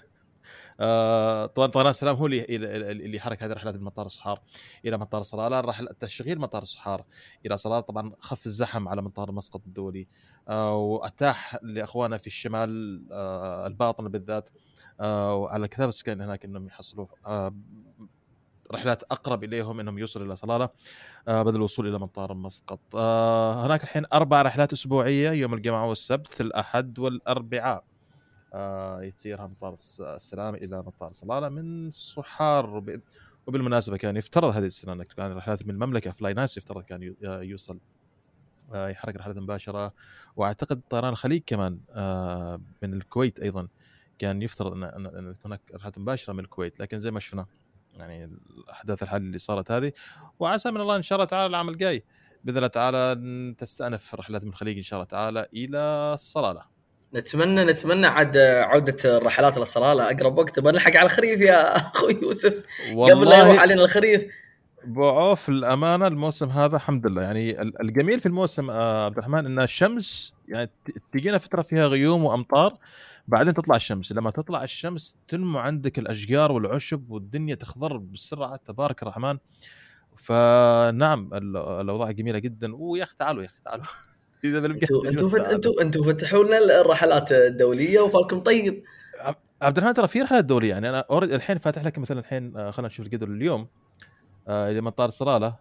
Speaker 1: طبعا طيران السلام هو اللي حرك هذه الرحلات من مطار صحار إلى مطار صلالة. رحلة تشغيل مطار صحار إلى صلالة طبعا خف الزحم على مطار مسقط الدولي، وأتاح لأخوانا في الشمال الباطن بالذات وعلى كثافة السكان هناك أنهم يحصلوا رحلات أقرب إليهم أنهم يوصلوا إلى صلالة بدل الوصول إلى مطار مسقط. هناك الحين 4 رحلات أسبوعية يوم الجمعة والسبت، الأحد والأربعاء. يسيرها مطار السلام الى مطار صلاله من صحار. وبالمناسبه كان يفترض هذه السنه انك كان رحلات من المملكه فلاي ناس يفترض كان يوصل يحرك رحلات مباشره. واعتقد طيران الخليج كمان من الكويت ايضا كان يفترض ان هناك رحلات مباشره من الكويت، لكن زي ما شفنا يعني الاحداث الحاليه اللي صارت هذه. وعسى من الله ان شاء الله تعالى العام الجاي باذن الله تعالى تستأنف رحلات من الخليج ان شاء الله تعالى الى الصلاله.
Speaker 4: نتمنى عاد عودة الرحلات للصلالة أقرب وقت، بنلحق على الخريف يا أخوي يوسف قبل لا يروح علينا الخريف.
Speaker 1: بعوف الأمانة الموسم هذا الحمد لله يعني الجميل في الموسم عبد الرحمن إن الشمس يعني تجينا فترة فيها غيوم وأمطار، بعدين تطلع الشمس. لما تطلع الشمس تنمو عندك الأشجار والعشب والدنيا تخضر بسرعة تبارك الرحمن. فنعم الأوضاع جميلة جدا. ويا أخي تعالوا إذا
Speaker 4: انتوا فتحوا لنا الرحلات الدولية وفالكم طيب.
Speaker 1: عبد الرحمن ترى في رحلات دولية يعني أنا الحين فاتح لك مثلا الحين خلينا نشوف الجدول اليوم. إذا مطار صلالة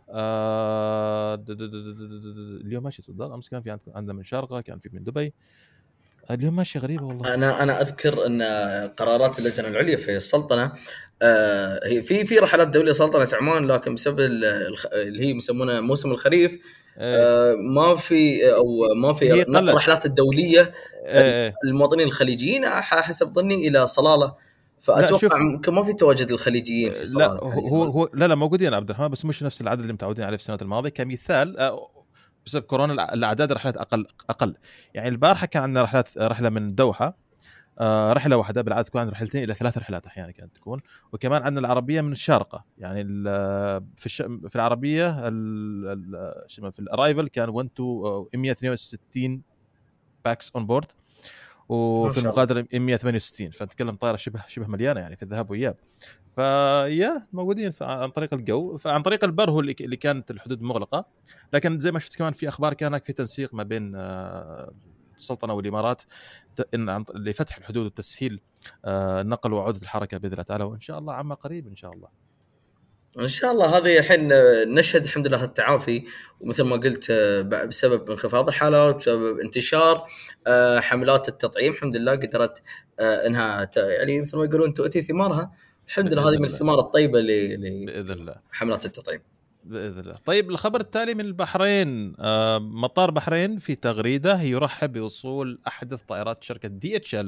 Speaker 1: اليوم ماشي صدق. أمس كان في عندنا من شارقة، كان في من دبي. اليوم ماشي غريبة والله.
Speaker 4: أنا أذكر أن قرارات اللجنة العليا في السلطنة هي في رحلات دولية سلطنة عمان، لكن بسبب اللي هي يسمونها موسم الخريف ما في الرحلات الدولية المواطنين الخليجيين حسب ظني إلى صلالة. فأتوقع ممكن ما في تواجد الخليجيين في صلالة.
Speaker 1: لا هو لا موجودين عبد الرحمن، بس مش نفس العدد اللي متعودين عليه في السنوات الماضية. كمثال بسبب كورونا الأعداد الرحلات أقل. يعني البارحة كان عندنا رحلة من الدوحة رحلة واحدة، بالعادة تكون عندنا رحلتين إلى 3 رحلات أحيانا كانت تكون. وكمان عندنا العربية من الشارقة يعني في العربية في الأرايفل كان 162 باكس أون بورد، وفي المغادرة 168. فنتكلم طائرة شبه مليانة يعني في الذهاب والإياب. فيا موجودين عن طريق الجو. فعن طريق البر هو اللي كانت الحدود مغلقة. لكن زي ما شفت كمان في أخبار كان في تنسيق ما بين السلطنة والإمارات لفتح الحدود وتسهيل النقل وعودة الحركة بإذن الله تعالى. وإن شاء الله عما قريب إن شاء الله.
Speaker 4: إن شاء الله. هذه الحين نشهد الحمد لله التعافي، ومثل ما قلت بسبب انخفاض الحالات بسبب انتشار حملات التطعيم الحمد لله قدرت انها يعني مثل ما يقولون تؤتي ثمارها الحمد لله. هذه من الثمار الطيبة
Speaker 1: بإذن الله
Speaker 4: حملات التطعيم
Speaker 1: بإذن الله. طيب الخبر التالي من البحرين. مطار بحرين في تغريدة يرحب بوصول أحدث طائرات شركة DHL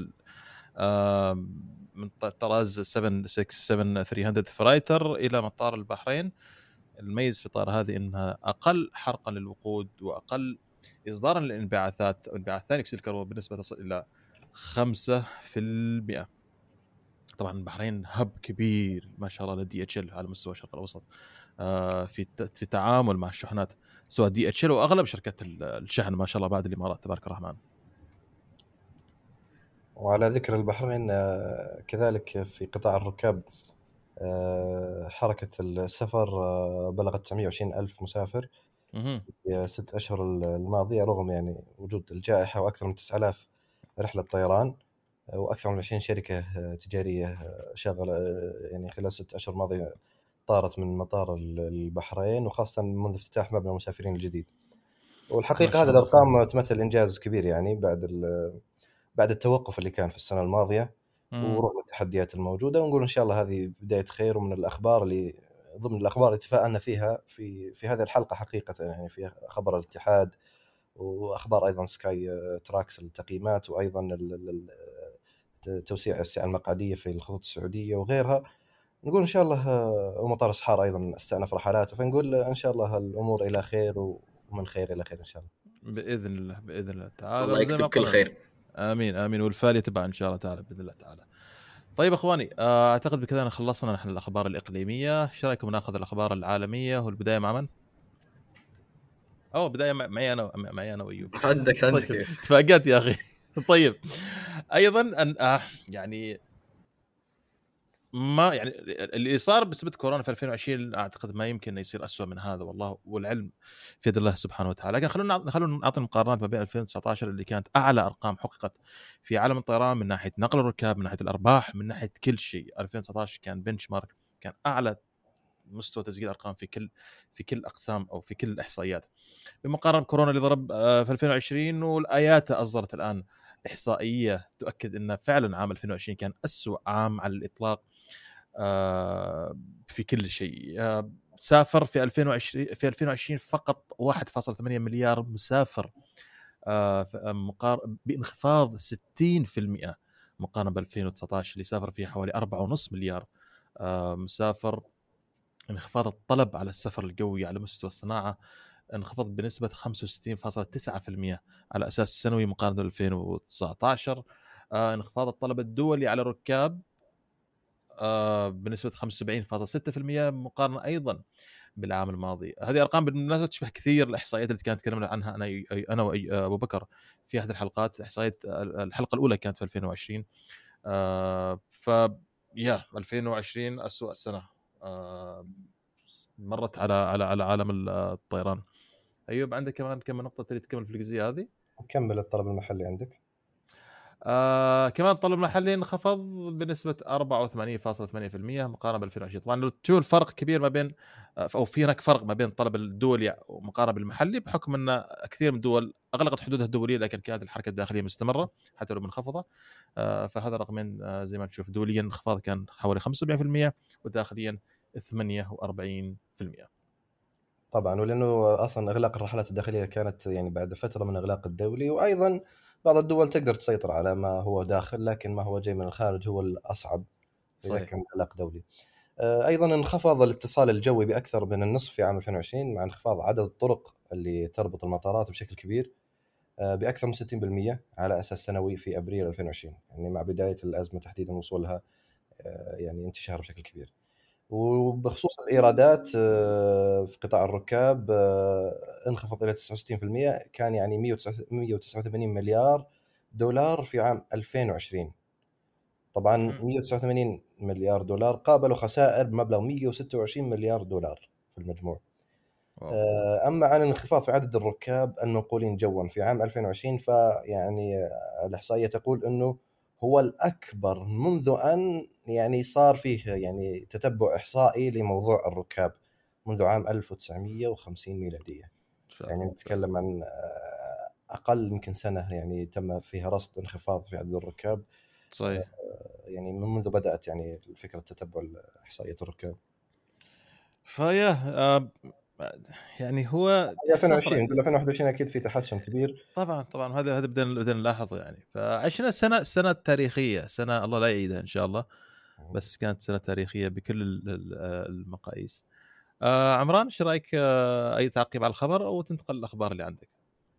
Speaker 1: من طراز 767-300 فرايتر إلى مطار البحرين. الميز في الطائرة هذه إنها أقل حرقا للوقود وأقل إصدارا للانبعاثات. انبعاث ثاني أكسيد الكربون بنسبة تصل إلى 5%. طبعا البحرين هب كبير ما شاء الله لDHL على مستوى الشرق الأوسط في تعامل مع الشحنات سواء DHL وأغلب شركات الشحن ما شاء الله بعد الإمارات تبارك الرحمن.
Speaker 2: وعلى ذكر البحرين كذلك في قطاع الركاب حركة السفر بلغت 920,000 مسافر في 6 أشهر الماضية، رغم يعني وجود الجائحة، وأكثر من 9,000 رحلة طيران، وأكثر من 20 شركة تجارية شغلة يعني خلال 6 أشهر الماضية طارت من مطار البحرين، وخاصة منذ افتتاح مبنى المسافرين الجديد. والحقيقة هذه الأرقام تمثل إنجاز كبير يعني بعد التوقف اللي كان في السنة الماضية ورغم التحديات الموجودة. ونقول إن شاء الله هذه بداية خير، ومن الأخبار اللي ضمن الأخبار اللي تفاءلنا فيها في هذه الحلقة حقيقة يعني في خبر الاتحاد، وأخبار أيضا سكاي تراكس التقييمات، وأيضا توسيع السعة المقعدية في الخطوط السعودية وغيرها. نقول إن شاء الله ومطار الصحراء أيضا استأنف رحلاته، فنقول إن شاء الله الأمور إلى خير ومن خير إلى خير إن شاء الله
Speaker 1: بإذن الله تعالى.
Speaker 4: الله يكتب كل خير.
Speaker 1: آمين والفالي تبع إن شاء الله تعالى بإذن الله تعالى. طيب أخواني أعتقد بكذا خلصنا نحن الأخبار الإقليمية. إيش رأيكم نأخذ الأخبار العالمية؟ والبداية مع من؟ بداية معي أنا وأيوب.
Speaker 4: عندك
Speaker 1: اتفاقات يا أخي. طيب أيضا يعني ما يعني اللي صار بسبب كورونا في 2020 أعتقد ما يمكن أن يصير أسوأ من هذا والله، والعلم في يد الله سبحانه وتعالى. لكن خلونا نعطي مقارنات ما بين 2019 اللي كانت أعلى أرقام حققت في عالم الطيران من ناحية نقل الركاب، من ناحية الأرباح، من ناحية كل شيء. 2019 كان بنش مارك، كان أعلى مستوى تسجيل أرقام في كل أقسام أو في كل الإحصائيات. بمقارنة كورونا اللي ضرب في 2020 والآيات أصدرت الآن احصائيه تؤكد ان فعلا عام 2020 كان أسوأ عام على الاطلاق في كل شيء. سافر في 2020 فقط 1.8 مليار مسافر، بانخفاض 60% مقارنه ب 2019 اللي سافر فيه حوالي 4.5 مليار مسافر. انخفاض الطلب على السفر الجوي على مستوى الصناعه انخفض بنسبه 65.9% على اساس سنوي مقارنه ب 2019. انخفاض الطلب الدولي على الركاب بنسبه 75.6% مقارنه ايضا بالعام الماضي. هذه ارقام بالمناسبه تشبه كثير الاحصائيات اللي كانت تكلمنا عنها انا وابو بكر في احد الحلقات. احصائيات الحلقه الاولى كانت في 2020. ف 2020 اسوأ سنه مرت على عالم الطيران. ايوب عندك كمان كم نقطه تريد تكمل في الجزئيه هذه؟
Speaker 2: كمل الطلب المحلي عندك.
Speaker 1: كمان الطلب المحلي انخفض بنسبة 84.8% مقارنة ب 2020. طبعا لو تشوف الفرق كبير ما بين أو في هناك فرق ما بين الطلب الدولي ومقارنة بالمحلي بحكم أن كثير من الدول أغلقت حدودها الدولية لكن كانت الحركة الداخلية مستمرة حتى لو منخفضة. فهذا رقمين زي ما تشوف دوليا انخفاض كان حوالي 75% وداخليا 48%.
Speaker 2: طبعا ولانه اصلا اغلاق الرحلات الداخليه كانت يعني بعد فتره من اغلاق الدولي، وايضا بعض الدول تقدر تسيطر على ما هو داخل لكن ما هو جاي من الخارج هو الاصعب اذا
Speaker 1: صحيح.
Speaker 2: كان اغلاق دولي. ايضا انخفض الاتصال الجوي باكثر من النصف في عام 2020 مع انخفاض عدد الطرق اللي تربط المطارات بشكل كبير باكثر من 60% على اساس سنوي في ابريل 2020، يعني مع بدايه الازمه تحديدا وصولها يعني انتشار بشكل كبير. وبخصوص الإيرادات في قطاع الركاب انخفض إلى 69%، كان يعني 189 مليار دولار في عام 2020. طبعا 189 مليار دولار قابلوا خسائر بمبلغ 126 مليار دولار في المجموع. أما عن الانخفاض في عدد الركاب النقولين جوا في عام 2020 فيعني الإحصائية تقول أنه هو الأكبر منذ أن يعني صار فيه يعني تتبع إحصائي لموضوع الركاب منذ عام 1950 ميلادية. يعني نتكلم عن أقل يمكن سنة يعني تم فيها رصد انخفاض في عدد الركاب.
Speaker 1: صحيح.
Speaker 2: يعني منذ بدأت يعني فكرة تتبع إحصائيات الركاب.
Speaker 1: فيا يعني هو
Speaker 2: 2020 نقول 2021 أكيد في تحسن كبير.
Speaker 1: طبعا هذا بدنا نلاحظ يعني. فعشنا سنة تاريخية، سنة الله لا يعيدها إن شاء الله، بس كانت سنة تاريخية بكل المقاييس. عمران ايش رايك؟ اي تعقيب على الخبر او تنتقل للاخبار اللي عندك؟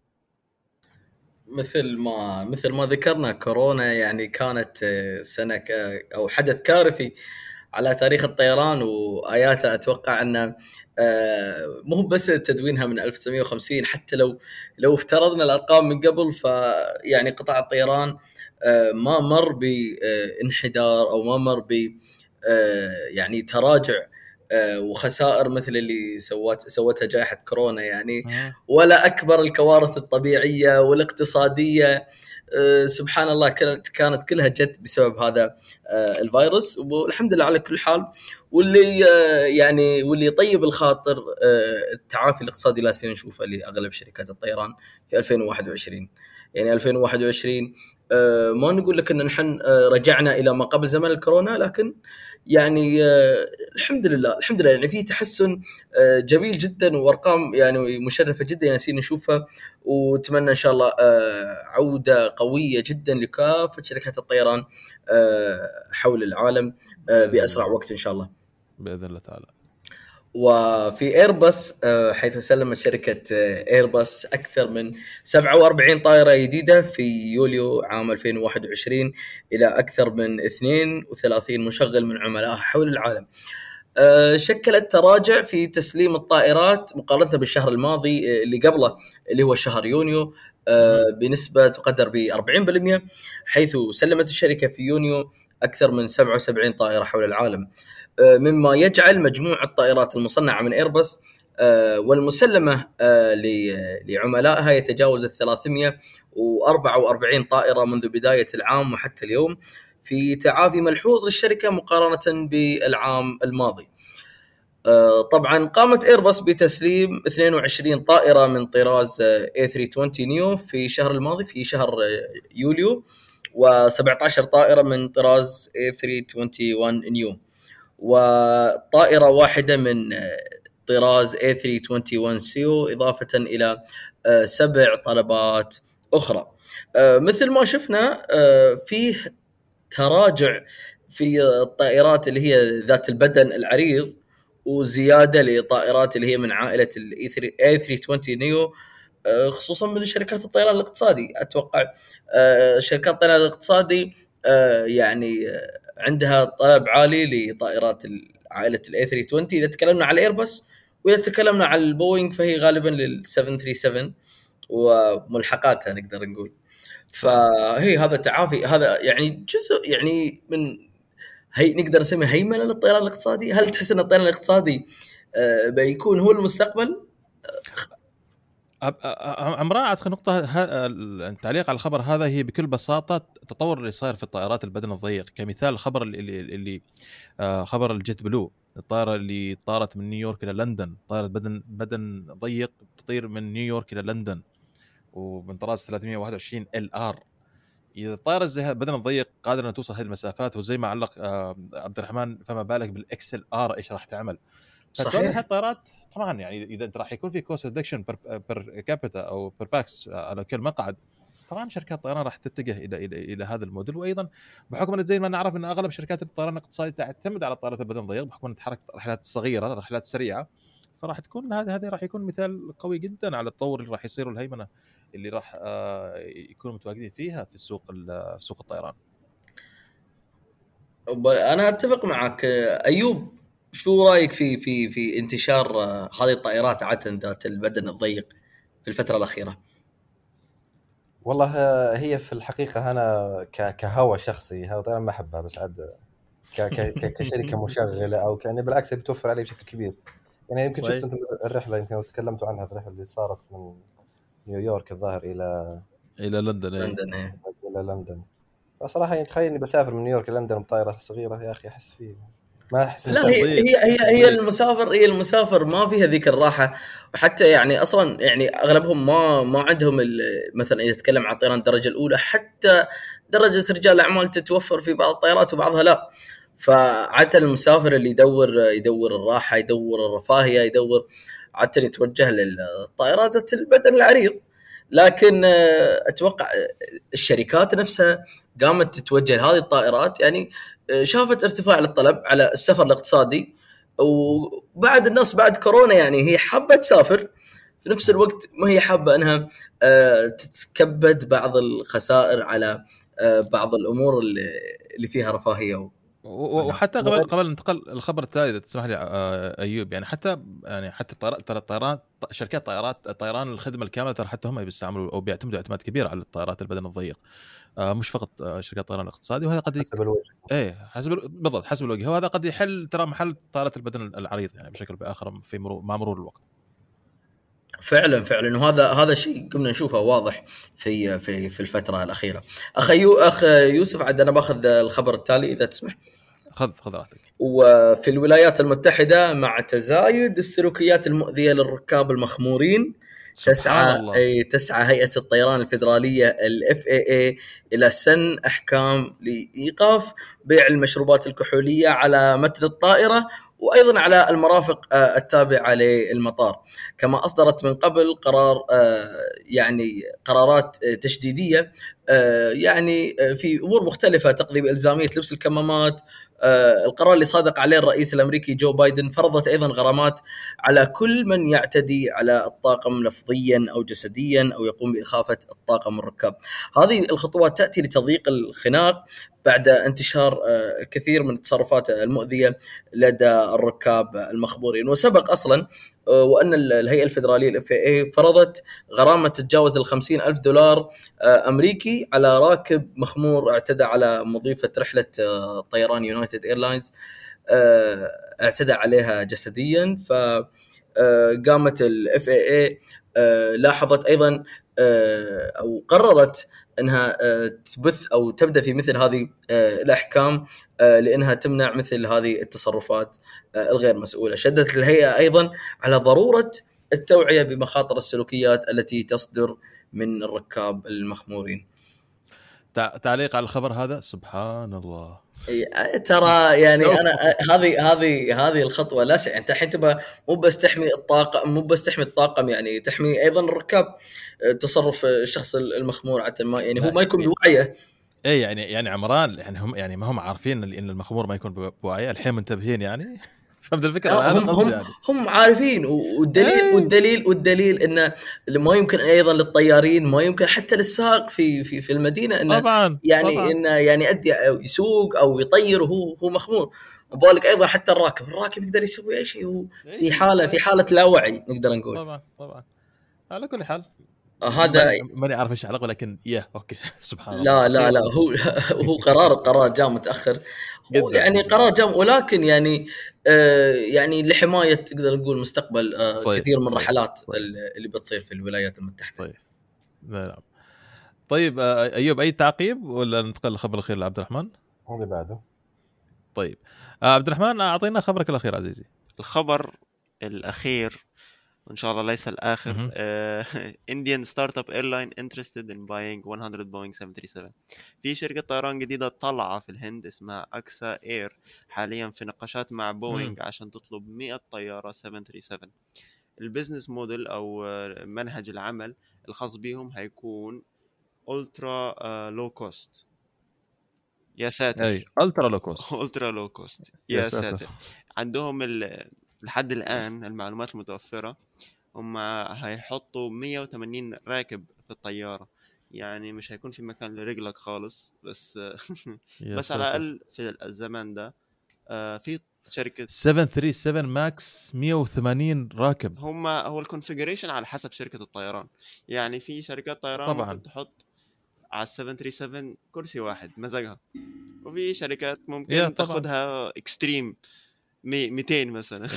Speaker 4: مثل ما ذكرنا كورونا يعني كانت سنة أو حدث كارثي على تاريخ الطيران وآياته. أتوقع أن مو بس تدوينها من 1950، حتى لو افترضنا الأرقام من قبل فيعني قطاع الطيران ما مر بانحدار أو ما مر ب يعني تراجع وخسائر مثل اللي سوتها جائحة كورونا يعني، ولا أكبر الكوارث الطبيعية والاقتصادية سبحان الله كانت كلها جت بسبب هذا الفيروس. والحمد لله على كل حال. واللي يعني واللي يطيب الخاطر التعافي الاقتصادي لا نشوفه لأغلب شركات الطيران في 2021. يعني 2021 ما نقول لك ان نحن رجعنا الى ما قبل زمن الكورونا، لكن يعني الحمد لله يعني في تحسن جميل جدا وارقام يعني مشرفه جدا ياسين نشوفها. واتمنى ان شاء الله عوده قويه جدا لكافه شركات الطيران حول العالم باسرع وقت ان شاء الله
Speaker 1: باذن الله تعالى.
Speaker 4: وفي ايرباص حيث سلمت شركة ايرباص أكثر من 47 طائرة جديدة في يوليو عام 2021 إلى أكثر من 32 مشغل من عملائها حول العالم. شكلت تراجع في تسليم الطائرات مقارنة بالشهر الماضي اللي قبله اللي هو شهر يونيو بنسبة تقدر ب 40%، حيث سلمت الشركة في يونيو أكثر من 77 طائرة حول العالم، مما يجعل مجموع الطائرات المصنعة من إيرباص والمسلمة لعملائها يتجاوز 344 طائرة منذ بداية العام وحتى اليوم، في تعافي ملحوظ للشركة مقارنة بالعام الماضي. طبعا قامت ايرباص بتسليم 22 طائره من طراز A320 نيو في شهر الماضي في شهر يوليو، و17 طائره من طراز A321 نيو، وطائره واحده من طراز A321 سيو، اضافه الى 7 طلبات اخرى. مثل ما شفنا فيه تراجع في الطائرات اللي هي ذات البدن العريض، وزياده لطائرات اللي هي من عائله A320 نيو، خصوصا من شركات الطيران الاقتصادي. اتوقع شركات الطيران الاقتصادي يعني عندها طلب عالي لطائرات عائله A320 اذا تكلمنا على الايرباص، واذا تكلمنا على البوينغ فهي غالبا لل 737 وملحقاتها نقدر نقول. فهي هذا تعافي، هذا يعني جزء يعني من هي نقدر نسميه هيمنه للطيران الاقتصادي. هل تحس ان الطيران الاقتصادي بيكون هو المستقبل؟
Speaker 1: عمران ادخل نقطه التعليق على الخبر هذا هي بكل بساطه التطور اللي صاير في الطائرات البدن الضيق. كمثال الخبر اللي خبر الجيت بلو، الطائره اللي طارت من نيويورك الى لندن، طائره بدن ضيق تطير من نيويورك الى لندن ومن طراز 321 LR. اذا الطائره زي بدن الضيق قادره ان توصل هذه المسافات، وزي ما علق عبد الرحمن فما بالك بالاكسل ار ايش راح تعمل.
Speaker 4: صحيح.
Speaker 1: هذه الطائرات طبعا يعني اذا انت راح يكون في كوست ريدكشن بير كابيتا او بير باكس على كل مقعد، طبعا شركات الطيران راح تتجه الى هذا الموديل. وايضا بحكم ان زي ما نعرف ان اغلب شركات الطيران الاقتصادي تعتمد على الطائرات البدن الضيق بحكم ان تحرك رحلات صغيره، رحلات سريعه، فراح تكون هذا راح يكون مثال قوي جدا على التطور اللي راح يصير والهيمنه اللي راح يكونوا متواجدين فيها في سوق الطيران.
Speaker 4: انا اتفق معك. ايوب، شو رايك في انتشار هذه الطائرات عاده ذات البدن الضيق في الفتره الاخيره؟
Speaker 2: والله هي في الحقيقه انا كهوى شخصي هذا طبعا ما احبها، بس عاد كشركه مشغله او كان بالعكس بتوفر علي بشكل كبير. يعني يمكن
Speaker 1: صحيح.
Speaker 2: شفت انتم الرحله، يمكن تكلمتوا عنها، الرحله اللي صارت من نيويورك الظاهر الى
Speaker 1: لندن.
Speaker 2: الى لندن. فصراحه يعني تخيل اني بسافر من نيويورك لندن بطائره صغيره، يا اخي احس فيه ما احس.
Speaker 4: لا، هي المسافر ما فيها ذيك الراحه. وحتى يعني اصلا يعني اغلبهم ما عندهم مثلا اذا تتكلم عن طيران الدرجه الاولى، حتى درجه رجال الاعمال تتوفر في بعض الطائرات وبعضها لا. فعاده المسافر اللي يدور الراحه، يدور الرفاهيه، يدور عاده يتوجه للطائرات ذات البدن العريض. لكن اتوقع الشركات نفسها قامت تتوجه لهذه الطائرات، يعني شافت ارتفاع للطلب على السفر الاقتصادي، وبعد الناس بعد كورونا يعني هي حابة تسافر، في نفس الوقت ما هي حابة أنها تتكبد بعض الخسائر على بعض الأمور اللي فيها رفاهية.
Speaker 1: وحتى قبل انتقل الخبر التالي اذا تسمح لي ايوب، يعني حتى الطيران شركات طيران الخدمه الكامله ترى حتى هم بيستعملوا او بيعتمدوا اعتماد كبير على الطائرات البدن الضيق، مش فقط شركات الطيران الاقتصادي. وهذا قد
Speaker 2: حسب الوجه.
Speaker 1: بالضبط حسب الوجه، وهذا قد يحل ترى محل طائرات البدن العريض يعني بشكل باخر في مع مرور الوقت.
Speaker 4: فعلا وهذا شيء قمنا نشوفه واضح في الفتره الاخيره. اخ يوسف، عاد انا باخذ الخبر التالي اذا تسمح.
Speaker 1: خذ راحتك.
Speaker 4: وفي الولايات المتحدة مع تزايد السلوكيات المؤذية للركاب المخمورين، تسعى هيئة الطيران الفيدرالية FAA إلى سن أحكام لإيقاف بيع المشروبات الكحولية على متن الطائرة وأيضا على المرافق التابعة للمطار. كما أصدرت من قبل يعني قرارات تشديدية يعني في أمور مختلفة تقضي بإلزامية لبس الكمامات. القرار اللي صادق عليه الرئيس الأمريكي جو بايدن فرضت أيضا غرامات على كل من يعتدي على الطاقم لفظيا أو جسديا أو يقوم بإخافة الطاقم الركاب. هذه الخطوات تأتي لتضييق الخناق بعد انتشار كثير من التصرفات المؤذية لدى الركاب المخبورين. وسبق أصلا وأن الهيئة الفيدرالية FAA فرضت غرامة تتجاوز $50,000 أمريكي على راكب مخمور اعتدى على مضيفة رحلة طيران يونايتد إيرلاينز، اعتدى عليها جسديا. فقامت FAA لاحظت أيضا أو قررت انها تبث او تبدا في مثل هذه الاحكام لانها تمنع مثل هذه التصرفات الغير مسؤوله. شددت الهيئه ايضا على ضروره التوعيه بمخاطر السلوكيات التي تصدر من الركاب المخمورين.
Speaker 1: تعليق على الخبر هذا؟ سبحان الله.
Speaker 4: ترى يعني انا هذه الخطوه لا شيء. انت الحين تبغى مو بس تحمي الطاقم، مو بس تحمي الطاقم، يعني تحمي ايضا الركاب. تصرف الشخص المخمور حتى ما يعني هو ما يكون بوعيه.
Speaker 1: ايه يعني عمران، يعني هم يعني ما هم عارفين ان المخمور ما يكون بوعيه الحين منتبهين يعني. فهمت الفكره؟
Speaker 4: هم عارفين. والدليل انه ما يمكن ايضا للطيارين، ما يمكن حتى للسائق في المدينه انه
Speaker 1: طبعا
Speaker 4: انه يعني ادي أو يسوق او يطير وهو مخمور. وبالك ايضا حتى الراكب يقدر يسوي اي شيء هو في حاله لا وعي نقدر نقول.
Speaker 1: طبعا على كل حال
Speaker 4: هذا
Speaker 1: ماني عارف ايش اعلق، ولكن اوكي سبحان الله.
Speaker 4: لا هو قرار جاء متاخر. هو يعني قرار جاء، ولكن يعني لحمايه تقدر نقول مستقبل كثير من الرحلات اللي بتصير في الولايات المتحده.
Speaker 1: طيب نعم. طيب ايوب، اي تعقيب ولا ننتقل للخبر الاخير لعبد الرحمن؟
Speaker 2: اللي بعده.
Speaker 1: طيب عبد الرحمن اعطينا خبرك الاخير عزيزي.
Speaker 3: الخبر الاخير ان شاء الله ليس الاخر. Indian startup airline interested in buying 100 Boeing 737. في شركة طيران جديدة طالعة في الهند اسمها أكسا اير، حاليا في نقاشات مع بوينغ عشان تطلب 100 طيارة 737. البيزنس موديل او منهج العمل الخاص بيهم هيكون ultra low cost. يا ساتر.
Speaker 1: اي الترا لو كوست.
Speaker 3: ultra low cost يا ساتر. عندهم لحد الآن المعلومات المتوفرة هم هيحطوا 180 راكب في الطيارة، يعني مش هيكون في مكان لرجلك خالص. بس بس على الأقل في الزمان ده في شركة
Speaker 1: 737 ماكس 180 راكب.
Speaker 3: هو الكونفيجريشن على حسب شركة الطيران. يعني في شركات طيران طبعا ممكن تحط على 737 كرسي واحد مزاجها، وفي شركات ممكن تاخدها اكستريم 200 مثلا.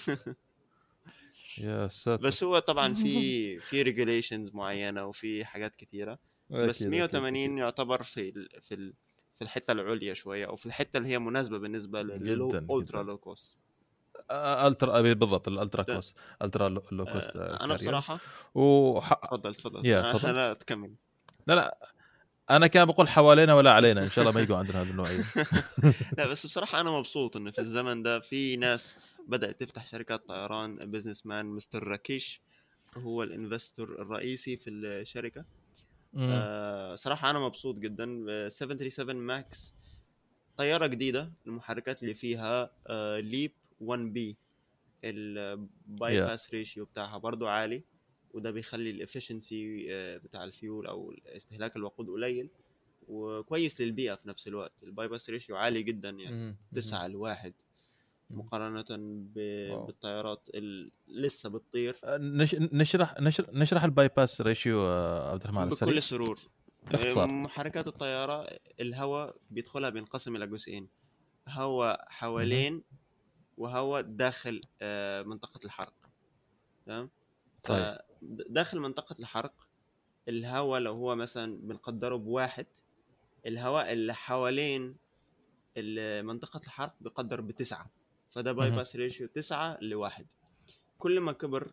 Speaker 1: يا ساتر.
Speaker 3: بس هو طبعا في ريجوليشنز معينه وفي حاجات كثيره. بس 180 يعتبر في الحته العليا شويه، او في الحته اللي هي مناسبه بالنسبه للالترا لو كوست.
Speaker 1: الترا بالضبط، الالترا كوست، الترا لو كوست.
Speaker 3: انا بصراحه تفضل لا تكمل.
Speaker 1: لا انا كان بقول حوالينا ولا علينا، ان شاء الله ما يجوا عندنا هذا النوعيه.
Speaker 3: لا بس بصراحه انا مبسوط انه في الزمن ده في ناس بدات تفتح شركات طيران. بزنس مان مستر راكيش هو الانفستور الرئيسي في الشركه. صراحه انا مبسوط جدا. 737 ماكس طياره جديده، المحركات اللي فيها ليب 1B، الباي باس ريشيو بتاعها برضو عالي، وده بيخلي الافشنسي بتاع الفيول او استهلاك الوقود قليل وكويس للبيئه في نفس الوقت. الباي باس ريشيو عالي جدا، يعني 9:1 مقارنه بالطيارات لسه بتطير.
Speaker 1: نشرح الباي باس ريشيو عبد الرحمن
Speaker 3: بكل سرور.
Speaker 1: باختصار،
Speaker 3: محركات الطياره الهواء بيدخلها بينقسم الى جزئين: هواء حوالين وهواء داخل منطقه الحرق. تمام. داخل منطقة الحرق الهواء لو هو مثلا بنقدره ب1، الهواء اللي حوالين منطقة الحرق بقدر ب9، فده باي باس ريشيو 9:1. كل ما كبر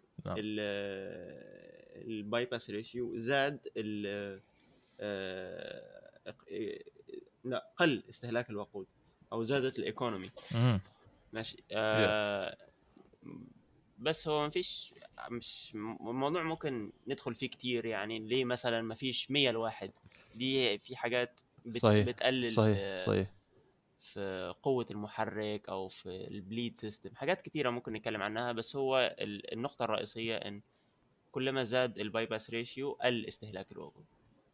Speaker 3: الباي باس ريشيو زاد لا قل استهلاك الوقود او زادت الايكونومي. ماشي. بس هو مش الموضوع ممكن ندخل فيه كتير. يعني ليه مثلا ما فيش 100:1؟ دي في حاجات بتقلل
Speaker 1: صحيح.
Speaker 3: في قوة المحرك او في البليد سيستم، حاجات كتيرة ممكن نتكلم عنها. بس هو النقطة الرئيسية ان كلما زاد الباي باس ريشيو قل استهلاك الوقود.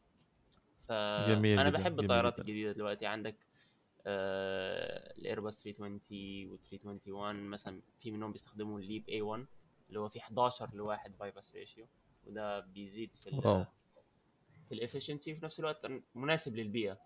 Speaker 3: فأنا بحب الطيارات الجديدة دلوقتي. عندك الايرباص 320 و 321 مثلا، في منهم بيستخدموا الليب A1 اللي هو في 11:1 باي باس ريشيو، وده بيزيد في الافشنسي وفي نفس الوقت مناسب للبيئة.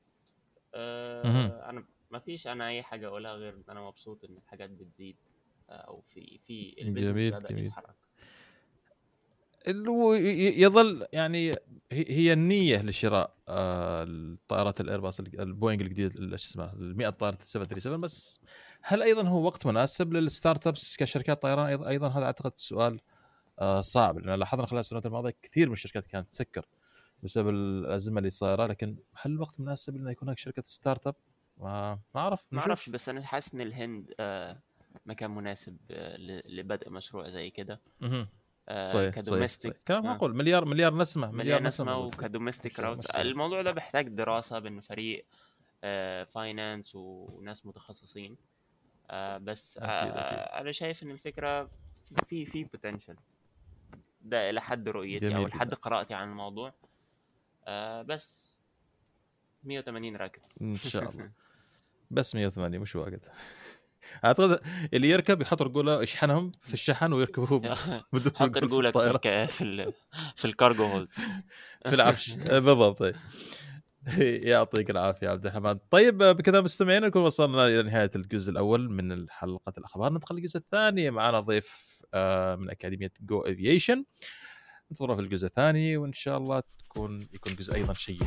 Speaker 3: انا ما فيش اي حاجة اقولها غير ان انا مبسوط ان الحاجات بتزيد او في البيزنس بدأ يتحرك.
Speaker 1: اللي هو يظل يعني هي النيه لشراء الطائرات الايرباص البوينغ الجديد شو اسمه ال 100 طائره 737. بس هل ايضا هو وقت مناسب للستارت ابس كشركات طيران؟ ايضا هذا اعتقد سؤال صعب، لان لاحظنا خلال السنوات الماضيه كثير من الشركات كانت تسكر بسبب الازمه اللي صايره. لكن هل الوقت مناسب انه يكون هناك شركه ستارت اب؟ ما اعرف،
Speaker 3: ما اعرفش،
Speaker 1: نشوف.
Speaker 3: بس انا حاسس ان الهند مكان مناسب لبدء مشروع زي كده.
Speaker 1: صحيح
Speaker 3: كدوميستيك
Speaker 1: كلام معقول. مليار نسمه،
Speaker 3: مليان
Speaker 1: نسمه
Speaker 3: نسمة،
Speaker 1: موجود فيه.
Speaker 3: وكدوميستيك
Speaker 1: مش
Speaker 3: راوتس.
Speaker 1: صحيح.
Speaker 3: الموضوع ده بيحتاج دراسة بانه فريق فاينانس وناس متخصصين. بس
Speaker 1: اكيد
Speaker 3: انا شايف ان الفكرة في بوتنشال ده الى حد رؤيتي او
Speaker 1: جميل
Speaker 3: لحد
Speaker 1: جدا.
Speaker 3: قراءتي عن الموضوع. بس 180 راكب
Speaker 1: ان شاء الله. بس 180 مش وقت. اعتقد اللي يركب يحط رجوله يشحنهم في الشحن ويركبوا بدون
Speaker 3: حط
Speaker 1: رجول في
Speaker 3: رجولك
Speaker 1: الطائره
Speaker 3: في الكارجو هولد.
Speaker 1: في العفش. بالضبط. طيب. يعطيك العافيه عبد الرحمن. طيب بكذا مستمعين نكون وصلنا الى نهايه الجزء الاول من حلقه الاخبار. ندخل الجزء الثاني. معنا ضيف من اكاديميه جو افيشن. انتظرونا في الجزء الثاني وان شاء الله يكون جزء ايضا شيق.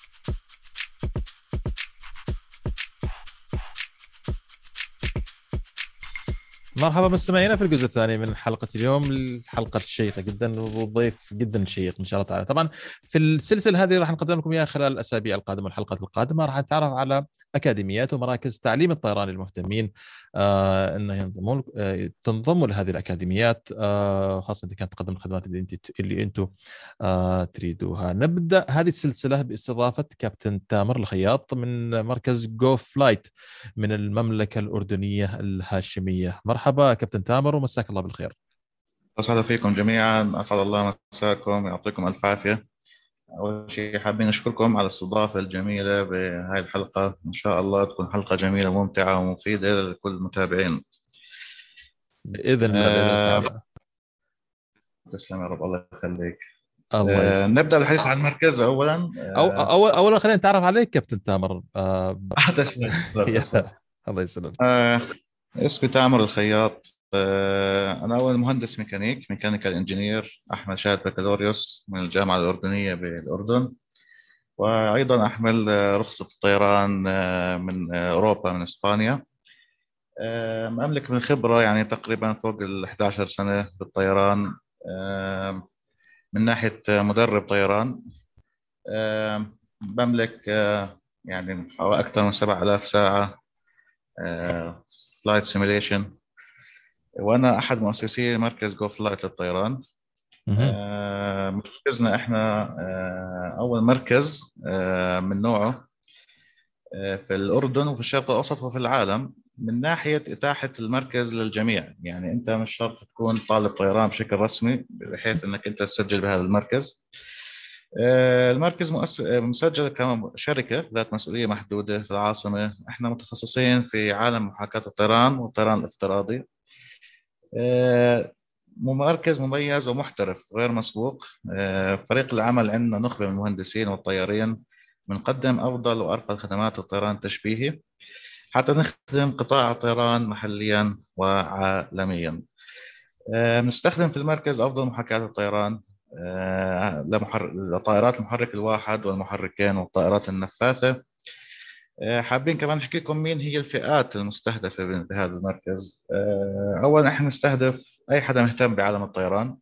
Speaker 1: مرحبا مستمعينا في الجزء الثاني من حلقة اليوم، الحلقة الشيقة جدا والضيف جدا شيق إن شاء الله تعالى. طبعا في السلسلة هذه راح نقدم لكم إياها خلال الأسابيع القادمة والحلقات القادمة. راح نتعرف على أكاديميات ومراكز تعليم الطيران المهتمين أنه تنضموا لهذه الأكاديميات، خاصة إذا كانت تقدم الخدمات اللي أنتم تريدوها. نبدأ هذه السلسلة باستضافة كابتن تامر الخياط من مركز جو فلايت من المملكة الأردنية الهاشمية. مرحبا كابتن تامر ومساك الله بالخير.
Speaker 5: أسعد فيكم جميعا، أسعد الله مساكم، يعطيكم ألف عافية. أول شيء حابين نشكركم على الاستضافة الجميلة بهاي الحلقة، إن شاء الله تكون حلقة جميلة وممتعة ومفيدة لكل المتابعين
Speaker 1: بإذن الله بإذن الله تعالى.
Speaker 5: تسلم يا رب، الله يخليك.
Speaker 1: الله يسلمك.
Speaker 5: نبدأ الحديث عن المركز أولا.
Speaker 1: أولا خلينا نتعرف عليك كابتن تامر.
Speaker 5: تسلم.
Speaker 1: الله يسلمك.
Speaker 5: اسمي تامر الخياط. أنا أول مهندس ميكانيكال إنجينير، أحمل شهادة بكالوريوس من الجامعة الأردنية بالأردن، وأيضا أحمل رخصة الطيران من أوروبا، من إسبانيا. أملك من خبرة يعني تقريبا فوق 11 سنة بالطيران، من ناحية مدرب طيران. بملك يعني أكثر من 7000 ساعة فلايت سيميليشن، وأنا أحد مؤسسي مركز جو فلايت للطيران. مركزنا إحنا أول مركز من نوعه في الأردن وفي الشرق الأوسط وفي العالم، من ناحية إتاحة المركز للجميع. يعني أنت مش شرط تكون طالب طيران بشكل رسمي بحيث أنك أنت تسجل بهذا المركز. المركز مسجل كشركة ذات مسؤولية محدودة في العاصمة. احنا متخصصين في عالم محاكاة الطيران والطيران الافتراضي. مركز مميز ومحترف غير مسبوق. فريق العمل عندنا نخبة من المهندسين والطيارين، بنقدم أفضل وأرقى خدمات الطيران التشبيهي حتى نخدم قطاع الطيران محليا وعالميا. بنستخدم في المركز أفضل محاكاة الطيران لطائرات المحرك الواحد والمحركين والطائرات النفاثة. حابين كمان نحكي لكم مين هي الفئات المستهدفة بهذا المركز. أولا احنا نستهدف أي حدا مهتم بعالم الطيران.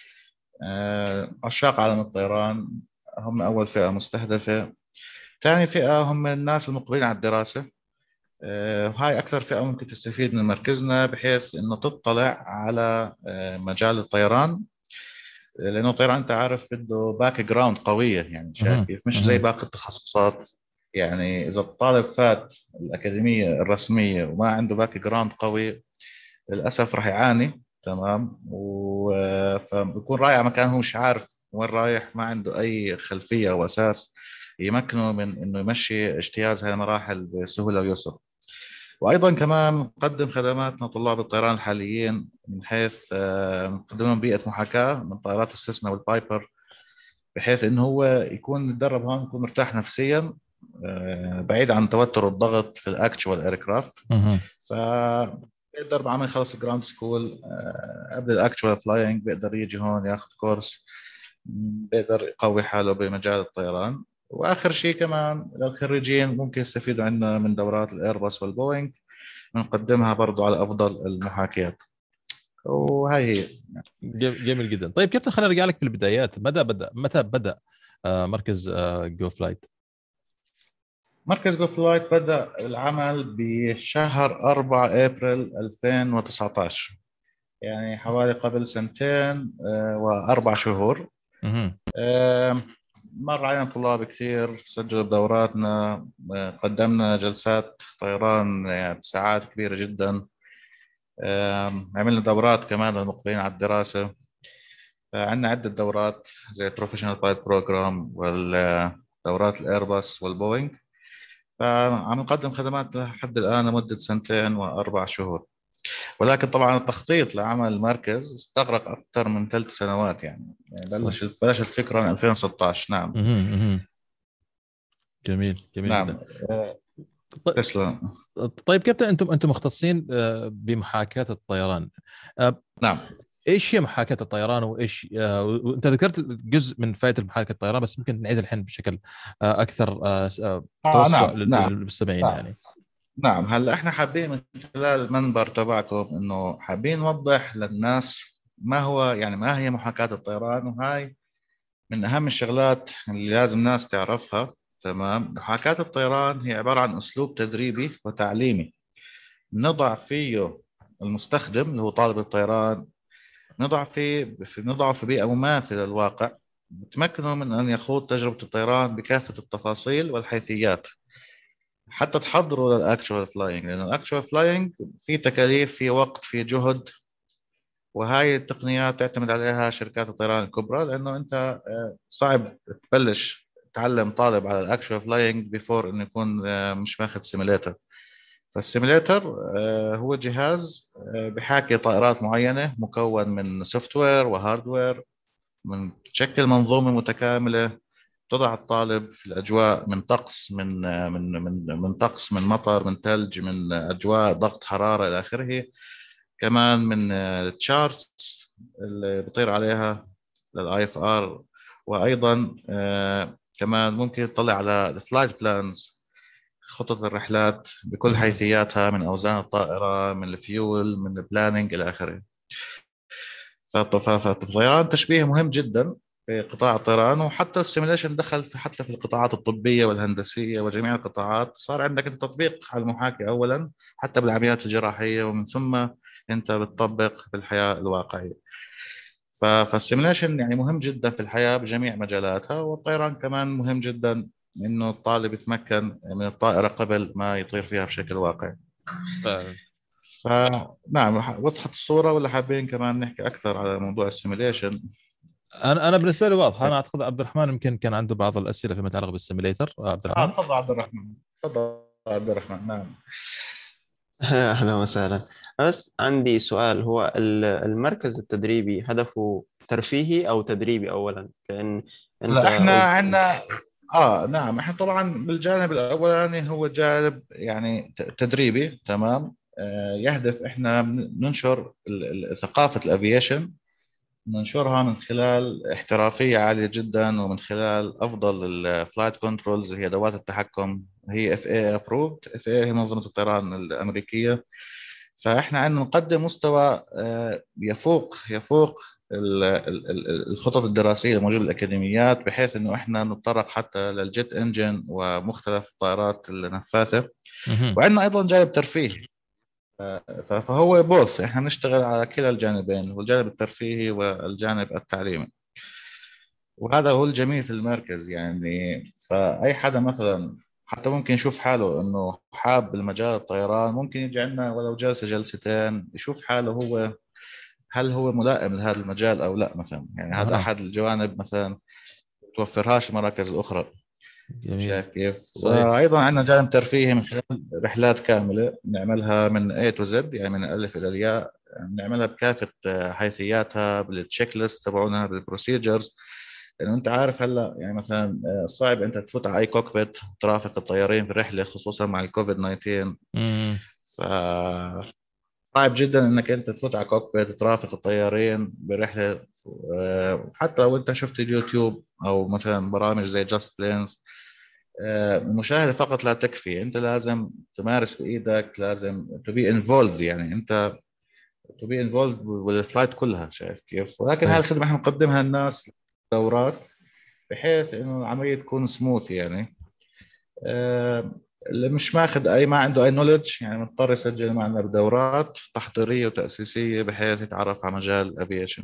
Speaker 5: عشاق عالم الطيران هم أول فئة مستهدفة. ثاني فئة هم الناس المقبلين على الدراسة. هاي أكثر فئة ممكن تستفيد من مركزنا بحيث إنه تطلع على مجال الطيران، لأنه الطيران أنت عارف بده باك جراوند قوية، يعني شايف كيف مش زي باقي التخصصات. يعني إذا الطالب فات الأكاديمية الرسمية وما عنده باك جراوند قوي للأسف راح يعاني. تمام. فبكون رايح مكان هو مش عارف وين رايح، ما عنده أي خلفية أو أساس يمكنه من إنه يمشي اجتياز هاي المراحل بسهولة ويسر. وأيضا كمان نقدم خدماتنا طلاب الطيران الحاليين من حيث نقدم لهم بيئة محاكاة من طائرات السيسنا والبايبر، بحيث إنه هو يكون يتدرب هون، يكون مرتاح نفسيا، بعيد عن توتر الضغط في الأكتشوال ايركرافت. بيقدر بعد ما يخلص الجراوند سكول قبل الاكتشوال فلاينج بيقدر يجي هون ياخذ كورس، بيقدر يقوي حاله بمجال الطيران. واخر شيء كمان للخريجين ممكن يستفيدوا عندنا من دورات الايرباص والبوينغ، بنقدمها برضو على افضل المحاكيات. وهي هي.
Speaker 1: جميل جدا. طيب كيف خلينا نرجع لك في البدايات، متى بدأ مركز جو فلايت؟
Speaker 5: مركز جو فلايت بدأ العمل بشهر 4 ابريل 2019، يعني حوالي قبل سنتين وأربع شهور.
Speaker 1: مهم.
Speaker 5: مر علينا طلاب كثير سجلوا بدوراتنا، قدمنا جلسات طيران يعني بساعات كبيرة جدا. عملنا دورات كمان للمقبلين على الدراسة. عندنا عدة دورات زي البروفيشنال بايلوت بروجرام والدورات الإيرباص والبوينغ. فعم نقدم خدمات لحد الآن لمدة سنتين وأربع شهور. ولكن طبعا التخطيط لعمل المركز استغرق أكثر من 3 سنوات، يعني بلش الفكرة من 2016. نعم.
Speaker 1: مهم. جميل جدا.
Speaker 5: نعم. تسلم.
Speaker 1: طيب كابتن، انتم مختصين بمحاكاة الطيران.
Speaker 5: نعم.
Speaker 1: ايش هي محاكاة الطيران، وايش وانت ذكرت جزء من فائدة محاكاة الطيران، بس ممكن نعيد الحين بشكل اكثر توسع
Speaker 5: نعم.
Speaker 1: للمستمعين
Speaker 5: نعم.
Speaker 1: يعني.
Speaker 5: نعم. هلا احنا حابين من خلال المنبر تبعكم انه حابين نوضح للناس ما هي محاكاة الطيران، وهاي من اهم الشغلات اللي لازم الناس تعرفها. تمام. محاكاة الطيران هي عبارة عن اسلوب تدريبي وتعليمي نضع فيه المستخدم اللي هو طالب الطيران، نضعه في بيئة مماثلة للواقع، بتمكنه من أن يخوض تجربة الطيران بكافة التفاصيل والحيثيات حتى تحضروا للأكتشوال فلاينج. لأن الأكتشوال فلاينج في تكاليف، في وقت، في جهد، وهاي التقنيات تعتمد عليها شركات الطيران الكبرى. لأنه أنت صعب تبلش تعلم طالب على الأكتشوال فلاينج بيفور إنه يكون مش ماخذ سيميليتر. فالسيميليتر هو جهاز بحاكي طائرات معينة، مكون من سوفت وير وهاردوير، من تشكل منظومة متكاملة تضع الطالب في الأجواء، من طقس، من طقس، من مطر، من ثلج، من أجواء ضغط حرارة إلى آخره. كمان من التشارتس اللي بطير عليها للاي اف ار. وايضا كمان ممكن يطلع على الفلايت بلانز، خطط الرحلات بكل حيثياتها، من اوزان الطائره، من الفيول، من البلاننج الى اخره. فالطيران تشبيه مهم جدا في قطاع الطيران، وحتى السيميليشن دخل حتى في القطاعات الطبيه والهندسيه وجميع القطاعات. صار عندك تطبيق على المحاكي اولا حتى بالعمليات الجراحيه، ومن ثم انت بتطبق بالحياه الواقعيه. فالسيميليشن يعني مهم جدا في الحياه بجميع مجالاتها، والطيران كمان مهم جدا انه الطالب يتمكن من الطائره قبل ما يطير فيها بشكل واقعي. فنعم، وضحت الصوره ولا حابين كمان نحكي اكثر على موضوع السيميليشن؟
Speaker 1: انا بالنسبه لي واضح. انا اعتقد عبد الرحمن يمكن كان عنده بعض الاسئله فيما يتعلق بالسيميليتر. عبد الرحمن.
Speaker 5: تفضل عبد الرحمن. تفضل عبد الرحمن. نعم.
Speaker 3: أهلا وسهلا. بس عندي سؤال، هو المركز التدريبي هدفه ترفيهي أو تدريبي أولا؟ كأن أنت
Speaker 5: لا، احنا
Speaker 3: قلت.
Speaker 5: عندنا نعم، احنا طبعا بالجانب الاولاني هو جانب يعني تدريبي. تمام. يهدف احنا ننشر ثقافة الافيشن، ننشرها من خلال احترافية عالية جدا، ومن خلال افضل الفلايت كنترولز اللي هي ادوات التحكم. هي FAA approved. FAA هي منظمة الطيران الامريكية. فاحنا عندنا نقدم مستوى يفوق الخطط الدراسيه الموجوده بالاكاديميات، بحيث انه احنا نتطرق حتى للجيت انجن ومختلف الطائرات النفاثه. وعندنا ايضا جانب ترفيهي. فهو بوث، احنا نشتغل على كلا الجانبين، والجانب الترفيهي والجانب التعليمي. وهذا هو الجميل في المركز يعني. فأي حدا مثلا حتى ممكن يشوف حاله انه حاب المجال الطيران، ممكن يجي عندنا ولو جلسة جلستين يشوف حاله هو هل هو ملائم لهذا المجال او لا مثلا. يعني هذا احد الجوانب مثلا توفرهاش المراكز الاخرى.
Speaker 1: جميل.
Speaker 5: شايف كيف؟
Speaker 1: صحيح.
Speaker 5: وايضا عندنا جانب ترفيهي من خلال رحلات كامله نعملها من A to Z، يعني من الالف الى الياء. نعملها بكافه حيثياتها، بالتشيك ليست تبعونها، بالبروسيجرز. لانه انت عارف هلا يعني مثلا صعب انت تفوت على اي كوكبيت ترافق الطيارين في الرحله، خصوصا مع الكوفيد 19. ف صعب جدا انك انت تفوت على كوكبيت ترافق الطيارين برحله. حتى لو انت شفت اليوتيوب او مثلا برامج زي جاست بلينز، المشاهده فقط لا تكفي، انت لازم تمارس بايدك، لازم to be involved، يعني انت to be involved بالفلايت كلها، شايف كيف؟ ولكن هذه
Speaker 1: صحيح.
Speaker 5: الخدمه احنا نقدمها للناس دورات بحيث انه العمليه تكون سموث يعني. اللي مش ماخذ اي، ما عنده اي نولج، يعني مضطر يسجل معنا بدورات تحضيريه وتاسيسيه بحيث يتعرف على مجال الافيشن.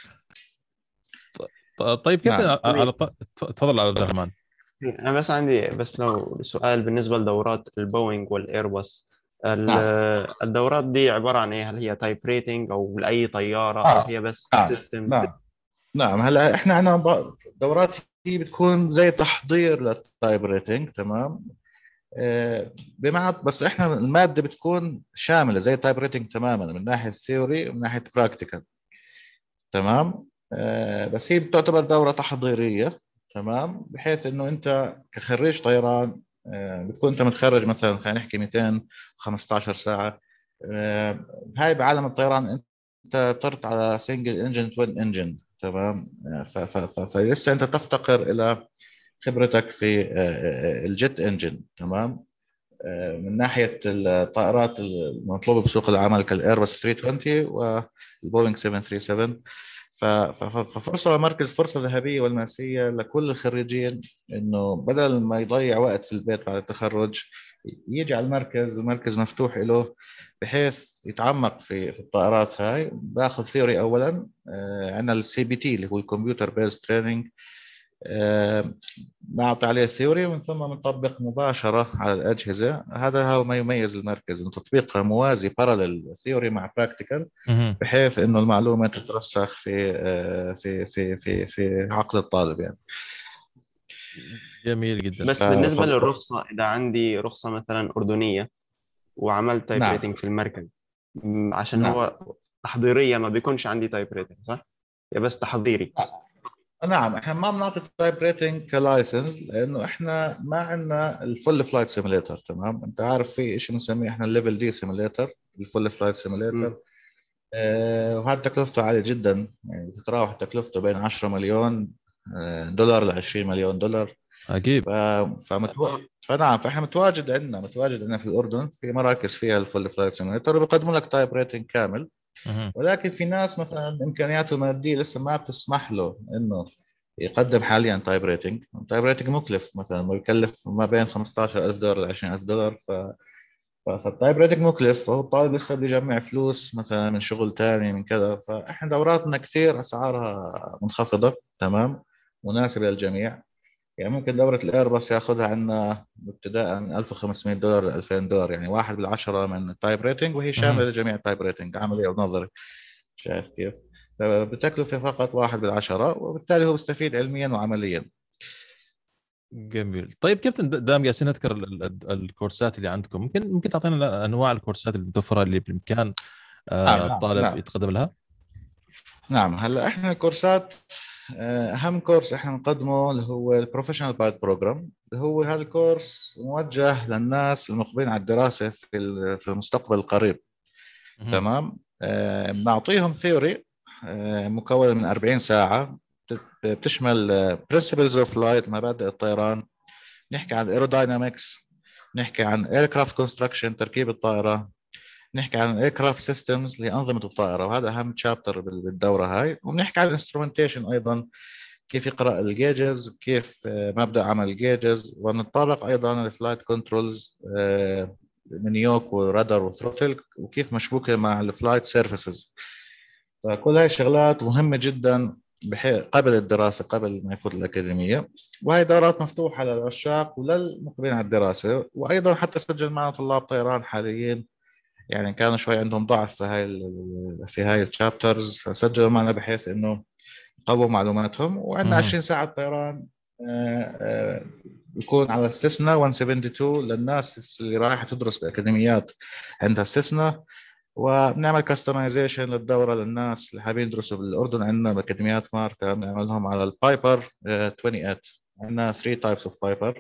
Speaker 1: طيب كابتن،
Speaker 5: نعم.
Speaker 3: جميل.
Speaker 1: تفضل عبد الرحمن.
Speaker 3: أنا بس عندي بس لو سؤال بالنسبة لدورات البوينغ والإيرباص.
Speaker 5: نعم.
Speaker 3: الدورات دي عبارة عن إيه؟ هل هي تايب ريتنج أو لأي طيارة أو
Speaker 5: اه.
Speaker 3: هي بس
Speaker 5: نعم.
Speaker 3: سيستم؟
Speaker 5: نعم. نعم. هلا احنا عندنا دورات هي بتكون زي تحضير للتايب ريتنج، تمام. بمعنى بس احنا الماده بتكون شامله زي التايب ريتنج تماما، من ناحيه ثيوري ومن ناحيه براكتيكال، تمام. بس هي بتعتبر دوره تحضيريه، تمام، بحيث انه انت كخريج طيران بتكون انت متخرج مثلا خلينا نحكي 215 ساعه. هاي بعالم الطيران انت طرت على سنجل انجن توين انجن، تمام. فلسه انت تفتقر الى خبرتك في الجيت انجن، تمام. من ناحيه الطائرات المطلوبه بسوق العمل كالايرباص 320 والبوينغ 737. ففرصه مركز فرصه ذهبيه والماسيه لكل الخريجين، انه بدل ما يضيع وقت في البيت بعد التخرج يجي على المركز مفتوح له بحيث يتعمق في الطائرات هاي. باخذ ثيوري اولا، عندنا السي بي تي اللي هو الكمبيوتر بيز تريننج، نعطي عليه الثيوري ومن ثم نطبق مباشرة على الأجهزة. هذا هو ما يميز المركز، إنه تطبيق موازي بارالل ثيوري مع براكتيكال،
Speaker 1: مهم.
Speaker 5: بحيث إنه المعلومة تترسخ في عقل الطالب يعني.
Speaker 1: جميل جدا.
Speaker 3: بس بالنسبة للرخصة، إذا عندي رخصة مثلا أردنية وعملت تايب
Speaker 5: نعم.
Speaker 3: ريتنج في المركز، عشان
Speaker 5: نعم.
Speaker 3: هو تحضيرية ما بيكونش عندي تايب ريتنج، صح؟ يا بس تحضيري.
Speaker 5: نعم، احنا ما بنعطي تايب ريتنج كلايسنس لانه احنا ما عندنا الفول فلايت سيميليتر، تمام. انت عارف في شيء بنسميه احنا الليفل دي سيميليتر، الفول فلايت سيميليتر.
Speaker 3: مم.
Speaker 5: وهذا تكلفته عالية جدا، يعني بتتراوح تكلفته بين 10 مليون دولار ل 20 مليون دولار.
Speaker 1: عجيب.
Speaker 5: فنعم، فاحنا متواجد عندنا في الاردن في مراكز فيها الفول فلايت سيميليتر وبيقدموا لك تايب ريتنج كامل.
Speaker 1: مهم.
Speaker 5: ولكن في ناس مثلا امكانياته الماديه لسه ما بتسمح له انه يقدم حاليا تايب ريتنج. تايب ريتنج مكلف، مثلا ما بيكلف ما بين 15,000 دولار ل 20,000 دولار. فالتايب ريتنج مكلف، فهو الطالب لسه بده يجمع فلوس مثلا من شغل تاني من كذا. فاحنا دوراتنا كثير اسعارها منخفضه، تمام، مناسبه للجميع. يعني ممكن دورة الايرباص ياخذها عندنا ابتداء 1500 دولار ل 2000 دولار، يعني واحد بالعشرة من التايب ريتنج، وهي شامله
Speaker 1: مهم.
Speaker 5: لجميع التايب ريتنج عملي او نظري، شايف كيف؟ فبتكلفة فقط واحد بالعشرة، وبالتالي هو بيستفيد علميا وعمليا.
Speaker 1: جميل. طيب كابتن، دام جالسين نذكر الكورسات اللي عندكم، ممكن تعطينا انواع الكورسات المتوفره اللي بالامكان
Speaker 5: نعم.
Speaker 1: الطالب
Speaker 5: نعم.
Speaker 1: يتقدم لها؟
Speaker 5: نعم. هلا احنا الكورسات، اهم كورس احنا نقدمه اللي هو البروفيشنال بايلوت بروجرام، اللي هو هذا الكورس موجه للناس المقبلين على الدراسة في المستقبل القريب،
Speaker 1: مهم.
Speaker 5: تمام. بنعطيهم ثيوري مكونة من 40 ساعة، بتشمل برنسبلز اوف فلايت، مبادئ الطيران، نحكي عن الايروداينامكس، نحكي عن ايركرافت كونستراكشن، تركيب الطائرة، نحكي عن الايركرافت سيستمز لأنظمة الطائرة، وهذا أهم تشابتر بالدورة هاي. وبنحكي عن الانسترومنتيشن أيضا، كيف يقرأ الجيجز، كيف مبدأ عمل الجيجز، ونتطرق أيضا للفلايت كنترولز من يوك ورادر وثروتل، وكيف مشبوكة مع الفلايت سيرفيسز. فكل هاي الشغلات مهمة جدا قبل الدراسة، قبل ما يفوت الأكاديمية. وهي دورات مفتوحة للعشاق وللمقبلين على الدراسة، وأيضا حتى سجل معنا طلاب طيران حاليين يعني كانوا شوي عندهم ضعف في هاي الشابترز، فسجلوا معنا بحيث انه يقووا معلوماتهم. وعندنا
Speaker 1: مهم.
Speaker 5: 20 ساعة طيران يكون على السيسنا 172 للناس اللي رايحة تدرس بأكاديميات عندها السيسنا. وبنعمل كاستمايزيشن للدورة للناس اللي حابين يدرسوا بالأردن، عندنا بأكاديميات ماركة بنعملهم على البايبر 28. عندنا 3 تايبس اوف بايبر،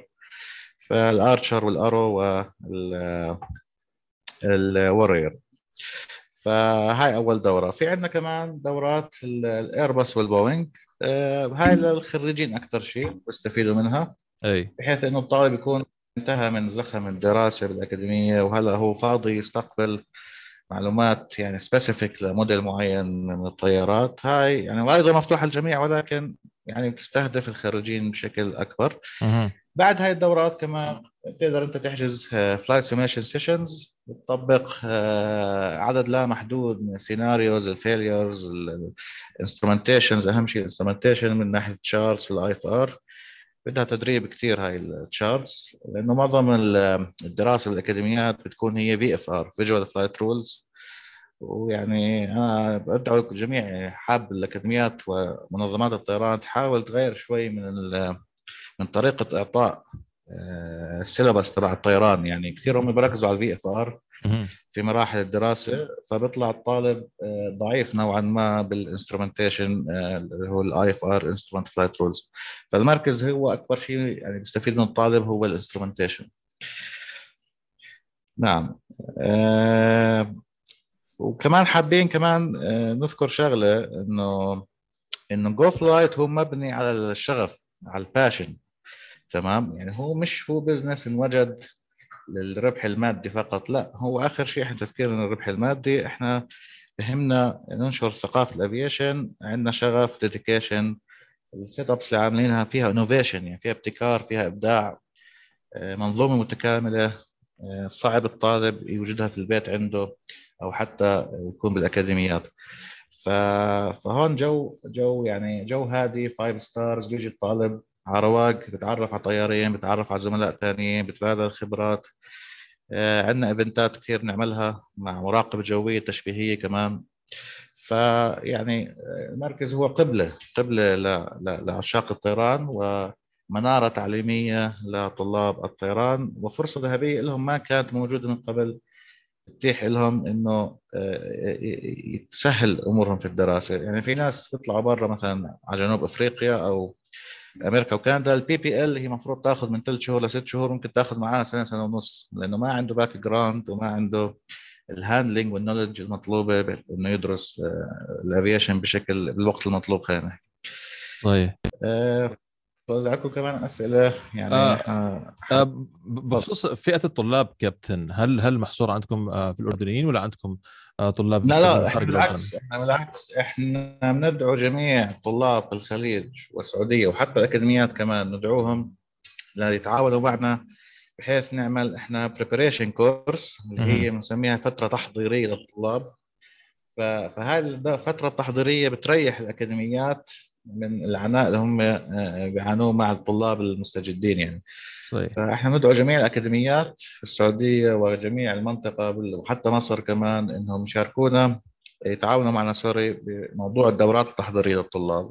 Speaker 5: فالارشر والارو والورير. فهاي أول دورة. في عندنا كمان دورات الإيرباص والبوينغ. هاي للخريجين أكثر شيء بيستفيدوا منها،
Speaker 1: اي.
Speaker 5: بحيث إنه الطالب يكون انتهى من زخم الدراسة بالأكاديمية وهلا هو فاضي يستقبل معلومات يعني سبيسيفيك لموديل معين من الطيارات. هاي يعني وأيضا مفتوحة للجميع، ولكن يعني بتستهدف الخريجين بشكل أكبر.
Speaker 1: مهم.
Speaker 5: بعد هاي الدورات كمان تقدر انت تحجز فلايت سيميشن سيشنز، بتطبق عدد لا محدود من السيناريوز، الفيليرز، الانسترومنتيشنز. اهم شيء الانسترومنتيشن من ناحيه التشارتس والاي اف ار، بدها تدريب كثير هاي التشارتس، لانه معظم الدراسه بالاكاديميات بتكون هي في اف ار، فيجوال فلايت رولز. ويعني انا بدعو الجميع يعني حاب الاكاديميات ومنظمات الطيران تحاول تغير شوي من طريقة إعطاء السيلبس تبع الطيران. يعني كثير هم بيركزوا على الفي اف ار
Speaker 1: مهم.
Speaker 5: في مراحل الدراسة، فبيطلع الطالب ضعيف نوعا ما بالانسترومنتيشن اللي هو الاي اف ار، انسترومنت فلايت رولز. فالمركز هو اكبر شيء يعني بيستفيد من الطالب هو الانسترومنتيشن. نعم. وكمان حابين كمان نذكر شغلة، انه جو فلايت هو مبني على الشغف، على الباشن. تمام، يعني هو مش هو بزنس انوجد للربح المادي فقط، لا، هو اخر شيء احنا تفكيرنا الربح المادي. احنا بهمنا ننشر ثقافه الافيشن، عندنا شغف، ديديكيشن. السيت ابس اللي عاملينها فيها انوفيشن، يعني فيها ابتكار، فيها ابداع، منظومه متكامله. صعب الطالب يوجدها في البيت عنده او حتى يكون بالاكاديميات. ف... فهون جو يعني جو هادي 5 ستارز. بيجي الطالب على رواق، بتعرف على طيارين، بتعرف على زملاء ثانيين، بتبادل الخبرات. عندنا ايفنتات كثير نعملها مع مراقبة جوية تشبيهية كمان. فيعني المركز هو قبلة لعشاق الطيران، ومنارة تعليمية لطلاب الطيران، وفرصة ذهبية لهم ما كانت موجودة من قبل، تتيح لهم انه تسهل امورهم في الدراسه. يعني في ناس بيطلعوا برا مثلا على جنوب افريقيا او امريكا وكندا، البي بي ال هي المفروض تاخذ من 3 شهور ل6 شهور، ممكن تاخذ معاها سنه، سنه ونص، لانه ما عنده باك جراوند وما عنده الهاندلنج والنولج المطلوبه انه يدرس الافيشن بشكل بالوقت المطلوب. خلينا نحكي.
Speaker 1: طيب.
Speaker 5: عندكم كمان اسئله يعني تفضل.
Speaker 1: بخصوص فئة الطلاب كابتن، هل محصورة عندكم في الأردنيين، ولا عندكم طلاب
Speaker 5: لا
Speaker 1: متخرجين
Speaker 5: لا،
Speaker 1: من
Speaker 5: احنا
Speaker 1: خارج الأردن؟
Speaker 5: بالعكس احنا بندعو جميع طلاب الخليج والسعوديه وحتى الاكاديميات كمان، ندعوهم ليتعاونوا معنا، بحيث نعمل احنا بريباريشن كورس اللي
Speaker 1: مهم.
Speaker 5: هي بنسميها فتره تحضيريه للطلاب. فهاي الفتره التحضيريه بتريح الاكاديميات من العناء اللي هم بيعانوه مع الطلاب المستجدين يعني.
Speaker 1: طيب.
Speaker 5: فاحنا ندعو جميع الاكاديميات في السعوديه وجميع المنطقه وحتى مصر كمان انهم يشاركونا، يتعاونوا معنا سوري بموضوع الدورات التحضيريه للطلاب.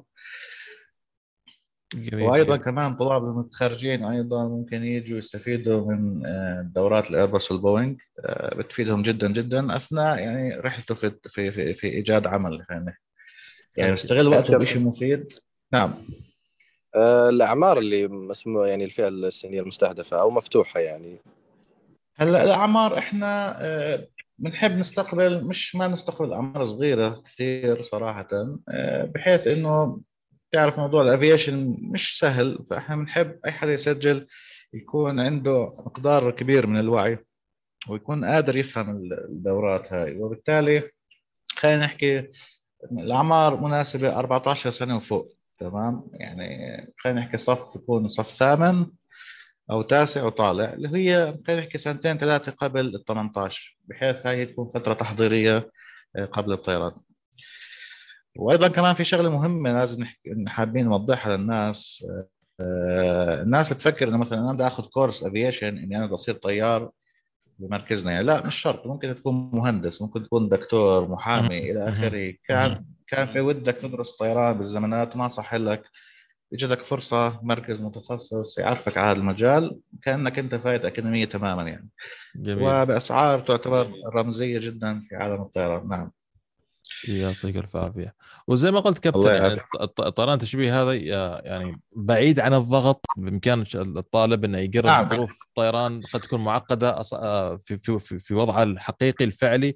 Speaker 1: جميل
Speaker 5: وايضا
Speaker 1: جميل.
Speaker 5: كمان طلاب المتخرجين ايضا ممكن يجوا يستفيدوا من دورات الايرباص والبوينغ. بتفيدهم جدا جدا اثناء يعني رحلته في ايجاد عمل. يعني
Speaker 1: أكيد.
Speaker 5: يستغل وقته بشيء
Speaker 2: كابتن،
Speaker 5: مفيد. نعم.
Speaker 2: الأعمار اللي مسموع يعني الفئة السنية المستهدفة أو مفتوحة يعني.
Speaker 5: هلا الاعمار احنا بنحب نستقبل، مش ما نستقبل اعمار صغيره كثير صراحه، بحيث انه تعرف موضوع الافيشن مش سهل. فاحنا بنحب اي حدا يسجل يكون عنده مقدار كبير من الوعي ويكون قادر يفهم الدورات هاي. وبالتالي خلينا نحكي الاعمار مناسبه 14 سنه وفوق. تمام، يعني خلينا نحكي صف، يكون صف ثامن او تاسع وطالع، اللي هي خلينا نحكي سنتين ثلاثه قبل ال 18، بحيث هاي تكون فتره تحضيريه قبل الطيران. وايضا كمان في شغله مهمه لازم نحكي، حابين نوضحها للناس. الناس بتفكر انه مثلا انا بدي اخذ كورس افيشن اني انا بدي اصير طيار بمركزنا. يعني لا، مش شرط، ممكن تكون مهندس، ممكن تكون دكتور،
Speaker 1: مهم.
Speaker 5: محامي الى
Speaker 1: مهم.
Speaker 5: اخره.
Speaker 1: مهم.
Speaker 5: كان في ودك تدرس طيران بالزمانات وما صح لك، اجتك فرصه مركز متخصص يعرفك على هذا المجال، كانك انت فايت اكاديميه تماما يعني،
Speaker 1: جميل.
Speaker 5: وباسعار تعتبر رمزيه جدا في عالم الطيران. نعم.
Speaker 1: يعطيك الف عافيه. وزي ما قلت
Speaker 5: الله
Speaker 1: كابتن، يعني
Speaker 5: يعافيك.
Speaker 1: الطيران التشبيهي هذا يعني بعيد عن الضغط، بامكان الطالب انه يقرب
Speaker 5: نعم.
Speaker 1: ظروف الطيران قد تكون معقده في وضعها الحقيقي الفعلي.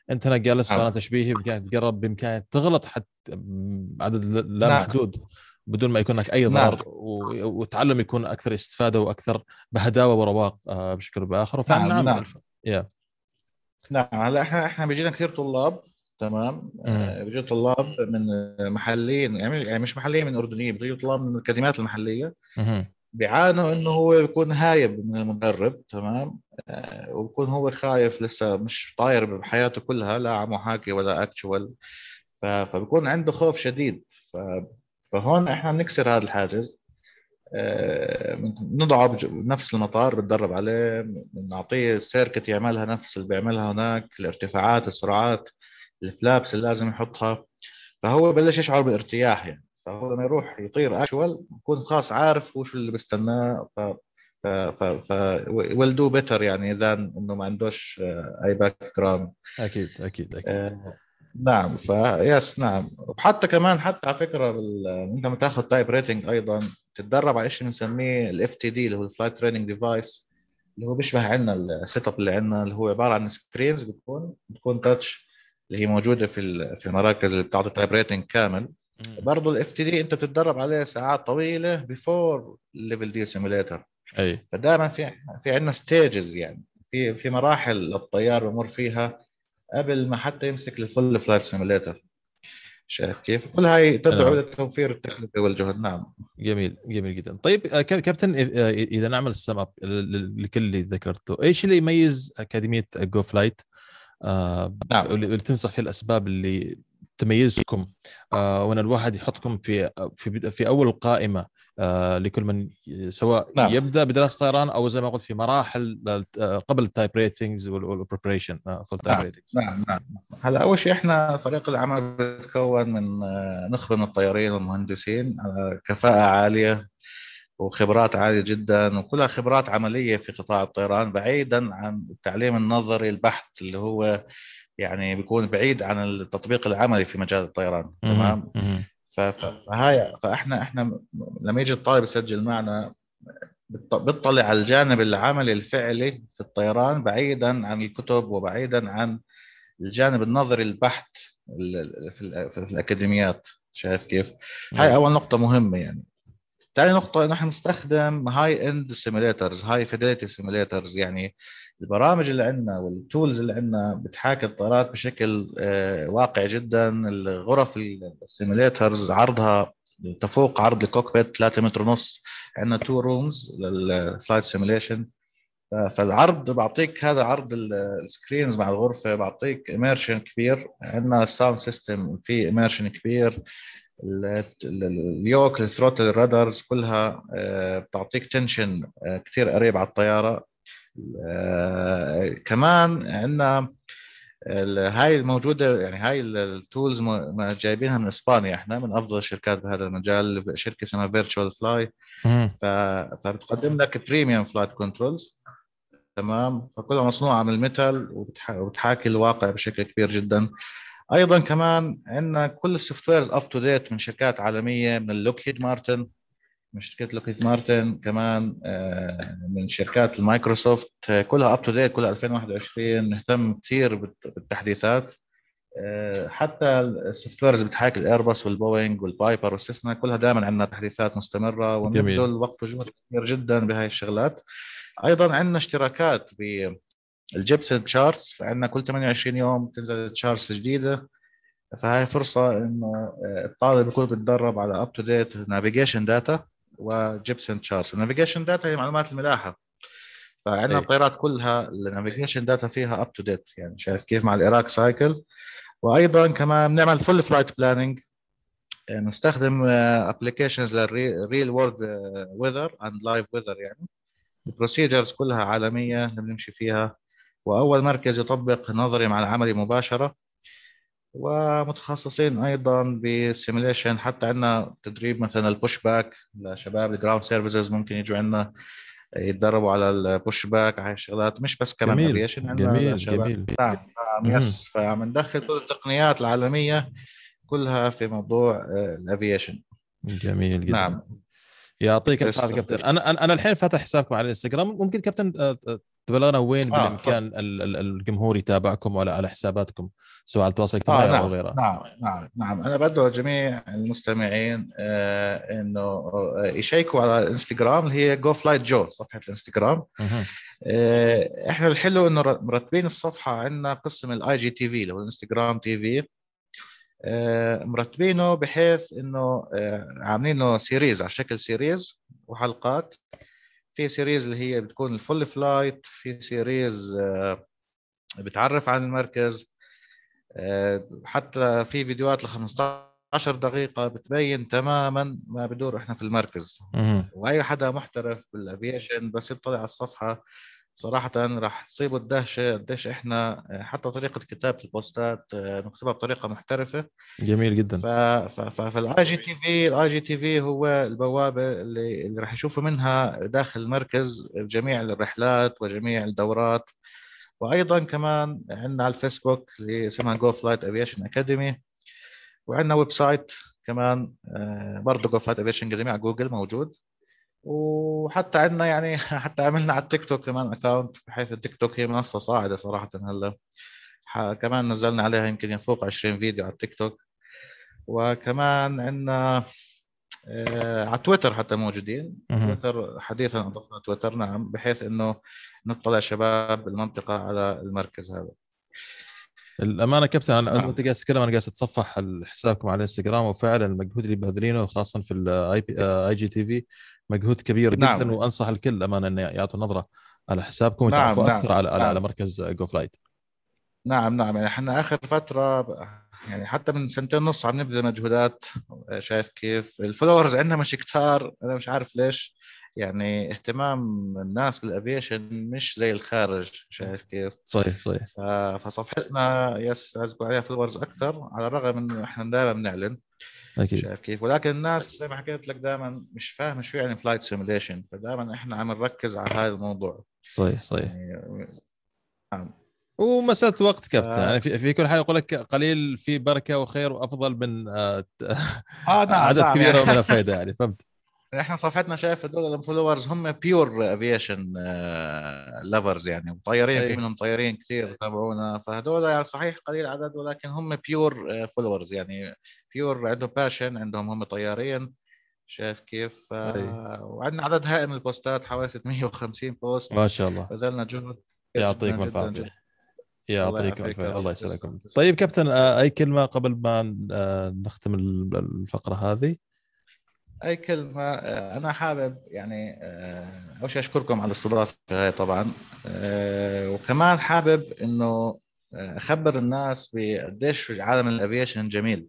Speaker 1: انت هنا جالس قناه
Speaker 5: نعم
Speaker 1: تشبيهي، بامكانك تقرب، بامكانك تغلط حتى عدد لا
Speaker 5: نعم
Speaker 1: محدود بدون ما يكون لك اي
Speaker 5: نعم
Speaker 1: ضرر، وتعلم يكون اكثر استفاده واكثر بهداوه ورواق بشكل أو باخر. فنعم
Speaker 5: نعم نعم
Speaker 1: يا
Speaker 5: نعم. هلا احنا بيجينا كثير طلاب، تمام.
Speaker 1: مهم.
Speaker 5: بيجوا طلاب من محليين، يعني مش محليين، من اردنيين، بيجوا طلاب من الاكاديميات المحليه،
Speaker 1: مهم.
Speaker 5: بيعانوا انه هو بيكون هايب من المدرب، تمام. وبكون هو خايف، لسه مش طاير بحياته كلها، لا على محاكي ولا اكتشوال، فبكون عنده خوف شديد. فهون احنا بنكسر هذا الحاجز. نضعه بنفس المطار، بتدرب عليه، بنعطيه السيركت يعملها نفس اللي بيعملها هناك، الارتفاعات، السرعات، الفلابس اللي لازم يحطها. فهو بلش يشعر بالارتياح يعني. فهو لما يروح يطير اكشوال بكون خلاص عارف هو شو اللي بيستناه. ف will do better يعني، اذا انه ما عندوش اي باك جراوند.
Speaker 1: اكيد اكيد اكيد.
Speaker 5: آه، نعم. يس نعم. وحتى كمان، حتى على فكره انت لما تاخذ تايب ريتنج ايضا تتدرب على شيء بنسميه الاف تي دي، اللي هو الفلايت تريننج ديفايس، اللي هو بيشبه عندنا السيت اب اللي عندنا، اللي هو عباره عن سكرينز بتكون تاتش، اللي هي موجوده في المراكز اللي بتعطي تايب ريتنج كامل.
Speaker 1: مهم.
Speaker 5: برضه الاف تي دي انت بتتدرب عليه ساعات طويله بيفور الليفل دي سيميليتر.
Speaker 1: اي
Speaker 5: فدائما في عندنا ستيجز يعني، في مراحل الطيار بمر فيها قبل ما حتى يمسك الفول فلايت سيميليتر. شايف كيف؟ كل هاي تدعو
Speaker 1: نعم.
Speaker 5: لتوفير التكلفة والجهد. نعم
Speaker 1: جميل جميل جدا. طيب كابتن، اذا نعمل السم اب لكل اللي ذكرته، ايش اللي يميز اكاديميه جو فلايت،
Speaker 5: نعم
Speaker 1: اللي تنصح فيه الاسباب اللي تميزكم، وان الواحد يحطكم في اول القائمه لكل من سواء
Speaker 5: نعم
Speaker 1: يبدا بدراسه طيران او زي ما قلت في مراحل قبل التايب ريتنجز والبريبريشن فور التايب
Speaker 5: نعم
Speaker 1: ريتنجز.
Speaker 5: نعم نعم. هلا أول شيء إحنا فريق العمل بيتكون من نخبة من الطيارين والمهندسين على كفاءة عالية وخبرات عالية جدا، وكلها خبرات عملية في قطاع الطيران، بعيدا عن التعليم النظري البحت اللي هو يعني بيكون بعيد عن التطبيق العملي في مجال الطيران،
Speaker 1: مهم.
Speaker 5: تمام.
Speaker 1: مهم.
Speaker 5: فاحنا لما يجي الطالب يسجل معنا بيطلع على الجانب العملي الفعلي في الطيران، بعيدا عن الكتب وبعيدا عن الجانب النظري البحت في الأكاديميات. شايف كيف؟ هاي
Speaker 1: أي.
Speaker 5: أول نقطة مهمة يعني. ثاني نقطة، نحن نستخدم هاي اند سيميليترز، هاي فيديليتي سيميليترز، يعني البرامج اللي عندنا والتولز اللي عندنا بتحاكي الطيارات بشكل واقعي جدا. الغرف السيميليترز عرضها تفوق عرض الكوكبيت 3 متر ونص. عندنا تو رومز للفلايت سيميليشن. فالعرض بعطيك، هذا عرض السكرينز مع الغرفة، بعطيك اميرشن كبير. عندنا الساوند سيستم في اميرشن كبير. اليوك، الثروتل، الرادارز كلها بتعطيك تنشن كتير قريب على الطيارة. كمان عندنا هاي الموجودة، يعني هاي التولز جايبينها من اسبانيا، احنا من افضل الشركات بهذا المجال، شركة اسمها فيرتشوال فلاي.
Speaker 1: مهم.
Speaker 5: فبتقدم لك بريميوم فلايت كنترولز، تمام. فكلها مصنوعة من الميتال وبتحاكي الواقع بشكل كبير جدا. ايضا كمان عندنا كل السوفت ويرز اب تو ديت من شركات عالميه، من لوكهيد مارتن، من شركه لوكهيد مارتن كمان، من شركات المايكروسوفت، كلها اب تو ديت، كلها 2021. نهتم كثير بالتحديثات. حتى السوفت ويرز بتحاكي الايرباص والبوينغ والبايبر والسيسنا، كلها دائما عندنا تحديثات مستمره،
Speaker 1: جميل.
Speaker 5: ونبذل وقت وجهد كبير جدا بهاي الشغلات. ايضا عندنا اشتراكات بالجيبسن تشارتس، فعندنا كل 28 يوم تنزل تشارتس جديده. فهي فرصة إنه الطالب يكون بيتدرب على أب تو ديت نافيجيشن داتا وجيبسن تشارتس. النافيجيشن داتا هي معلومات الملاحة، فعندنا
Speaker 1: اي
Speaker 5: الطيارات كلها النافيجيشن داتا فيها أب تو ديت، يعني شايف كيف، مع الإيراك سايكل. وأيضا كمان بنعمل فول فلايت بلاننج، نستخدم ابلكيشنز للريل وورد ويذر اند لايف ويذر، يعني البروسيجرز كلها عالمية اللي بنمشي فيها. وأول مركز يطبق نظري مع العملي مباشرة. ومتخصصين ايضا بالسيميليشن، حتى عندنا تدريب مثلا البوش باك لشباب الجراوند سيرفيسز، ممكن يجوا عندنا يتدربوا على البوش باك، على هاي الشغلات. مش بس كمان
Speaker 1: جميل
Speaker 5: افيشن، عندنا
Speaker 1: جميل
Speaker 5: شباب.
Speaker 1: جميل.
Speaker 5: نعم نعم
Speaker 1: مهم.
Speaker 5: يس. فعم ندخل كل التقنيات العالميه كلها في موضوع الافيشن.
Speaker 1: جميل جدا.
Speaker 5: نعم
Speaker 1: يعطيك الف عافيه
Speaker 5: تسلم
Speaker 1: كابتن.
Speaker 5: تسلم.
Speaker 1: انا الحين فاتح حسابكم على الانستغرام، ممكن كابتن تبلغنا وين
Speaker 5: تفضل.
Speaker 1: بالامكان الجمهور يتابعكم ولا على حساباتكم سواء على التواصل الاجتماعي او
Speaker 5: نعم
Speaker 1: غيرها؟
Speaker 5: نعم نعم نعم، أنا بدعو جميع المستمعين إنه يشيكوا على الانستغرام اللي هي جو فلايت جو، صفحة الانستغرام.
Speaker 1: مهم.
Speaker 5: إحنا الحلو إنه مرتبين الصفحة عندنا قسم الاي جي تي في اللي هو الانستغرام تي في، مرتبينه بحيث إنه عاملينه سيريز على شكل سيريز وحلقات. في سيريز اللي هي بتكون الفول فلايت، في سيريز بتعرف عن المركز، حتى في فيديوهات ل 15 دقيقة بتبين تماما ما بدور احنا في المركز.
Speaker 1: مهم.
Speaker 5: واي حدا محترف بالافيشن بس يطلع على الصفحة صراحة راح تصيبه الدهشة قديش احنا حتى طريقة كتابة البوستات نكتبها بطريقة محترفة.
Speaker 1: جميل جدا.
Speaker 5: فالاي جي تي في، الاي جي تي في هو البوابة اللي راح يشوفوا منها داخل المركز جميع الرحلات وجميع الدورات. وايضا كمان عندنا على الفيسبوك اللي اسمها جو فلايت افيشن اكاديمي، وعندنا ويب سايت كمان برضه جو فلايت افيشن اكاديمي على جوجل موجود. وحتى عندنا يعني حتى عملنا على التيك توك كمان اكاونت، بحيث التيك توك هي منصة صاعدة صراحة هلا. كمان نزلنا عليها يمكن فوق 20 فيديو على التيك توك. وكمان عندنا على تويتر حتى موجودين.
Speaker 1: مهم.
Speaker 5: تويتر حديثا اضفنا تويتر، نعم، بحيث انه نطلع شباب المنطقة على المركز هذا.
Speaker 1: الامانه كابتن انا
Speaker 5: نعم
Speaker 1: وانت قاعد تتكلم انا قاعد اتصفح حسابكم على الانستغرام، وفعلا المجهود اللي باذلينه خاصه في اي جي تي في مجهود كبير جدا،
Speaker 5: نعم
Speaker 1: وانصح الكل امانه انه يعطوا نظره على حسابكم
Speaker 5: نعم
Speaker 1: ويتعرفوا
Speaker 5: نعم
Speaker 1: اكثر على
Speaker 5: نعم
Speaker 1: مركز جو فلايت.
Speaker 5: نعم يعني احنا اخر فتره يعني حتى من سنتين ونص عم نبذل مجهودات. شايف كيف الفولورز عندنا مش كتار، انا مش عارف ليش. يعني اهتمام الناس بالافيشن مش زي الخارج، شايف كيف.
Speaker 1: صحيح صحيح.
Speaker 5: ف- فصفحتنا يس لازم يكون عليها فولورز اكثر، على الرغم انه احنا دائما بنعلن.
Speaker 1: اكيد.
Speaker 5: شايف كيف، ولكن الناس زي ما حكيت لك دائما مش فاهمه شو يعني فلايت سيموليشن، فدائما احنا عم نركز على هذا الموضوع
Speaker 1: صحيح صحيح.
Speaker 5: يعني. نعم.
Speaker 1: ومسألة وقت
Speaker 5: ف...
Speaker 1: كابتن، يعني في كل حاجة يقول لك قليل في بركة وخير وأفضل من
Speaker 5: نعم
Speaker 1: عدد
Speaker 5: نعم يعني
Speaker 1: كبير من الفائدة، يعني فهمت.
Speaker 5: احنا صفحتنا شايف هدول الفولورز هم بيور افيشن لافرز، يعني طيارين، في
Speaker 1: أي
Speaker 5: منهم طيارين كثير تابعونا، فهدول يعني صحيح قليل عدد ولكن هم بيور فولورز، يعني بيور عندهم باشن، عندهم هم طيارين. شايف كيف.
Speaker 1: أي
Speaker 5: وعندنا عدد هائل من البوستات، حوالي 650 بوست.
Speaker 1: ما شاء الله.
Speaker 5: بذلنا جهد كبير جدا
Speaker 1: يعطيكم
Speaker 5: جدا
Speaker 1: العافية.
Speaker 5: جدا. الله
Speaker 1: يعطيكم
Speaker 5: يعافيك يا
Speaker 1: العافية، الله
Speaker 5: رب، تسلم
Speaker 1: يسلمكم.
Speaker 5: تسلم.
Speaker 1: طيب كابتن، أي كلمة قبل ما نختم الفقرة هذه؟
Speaker 5: أي كلمة. أنا حابب يعني أول شيء أشكركم على الاستضافة هاي طبعا. وكمان حابب إنه أخبر الناس بقديش عالم الأفيشن جميل.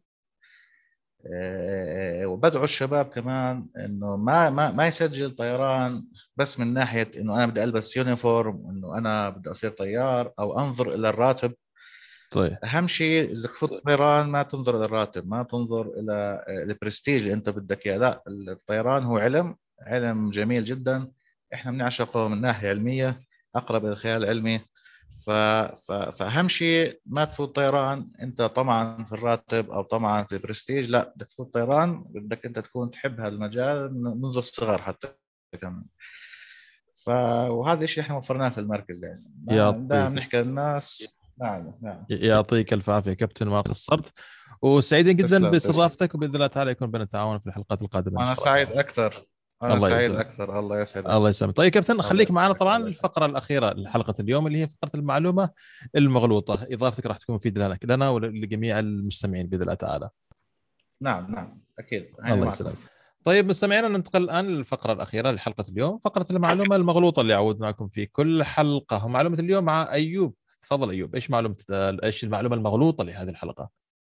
Speaker 5: وبدعو الشباب كمان إنه ما يسجل طيران بس من ناحية إنه أنا بدي ألبس يونيفورم وإنه أنا بدي أصير طيار أو أنظر إلى الراتب.
Speaker 1: صحيح.
Speaker 5: اهم شيء اذا تفوت الطيران ما تنظر الى الراتب، ما تنظر الى البرستيج اللي انت بدك اياه، لا، الطيران هو علم، علم جميل جدا، احنا بنعشقه من ناحيه علميه، اقرب الى الخيال العلمي. فاهم شيء ما تفوت طيران انت طمعا في الراتب او طمعا في البرستيج، لا، بدك تفوت طيران بدك انت تكون تحب هذا المجال منذ الصغر حتى كمان. وهذا الشيء احنا وفرناه في المركز، يعني دائما
Speaker 1: يعطيك
Speaker 5: بنحكي للناس. نعم نعم.
Speaker 1: يعطيك الف عافيه كابتن، ما قصرت، وسعيدين جدا
Speaker 5: تسلم تسلم.
Speaker 1: باستضافتك، وباذن الله تعالى يكون بيننا تعاون في الحلقات القادمه ان
Speaker 5: وأنا
Speaker 1: شاء الله
Speaker 5: سعيد
Speaker 1: تعالى.
Speaker 5: أكثر. أنا
Speaker 1: الله
Speaker 5: سعيد
Speaker 1: يسلمك.
Speaker 5: أكثر، الله يسعدك.
Speaker 1: الله يسلمك. طيب كابتن،
Speaker 5: الله
Speaker 1: خليك معنا
Speaker 5: يسعدك،
Speaker 1: طبعا
Speaker 5: الله يسعدك.
Speaker 1: الفقره الاخيره لحلقه اليوم اللي هي فقره المعلومه المغلوطه، اضافتك راح تكون مفيده لنا ولجميع المستمعين باذن الله تعالى.
Speaker 5: نعم نعم أكيد، هيني
Speaker 1: الله
Speaker 5: معكم.
Speaker 1: يسلمك. طيب مستمعينا، ننتقل الان للفقره الاخيره لحلقه اليوم، فقره المعلومه المغلوطه اللي عودناكم في كل حلقه. ومعلومه اليوم مع ايوب. تفضل ايوب، ايش المعلومه المغلوطه لهذه الحلقه؟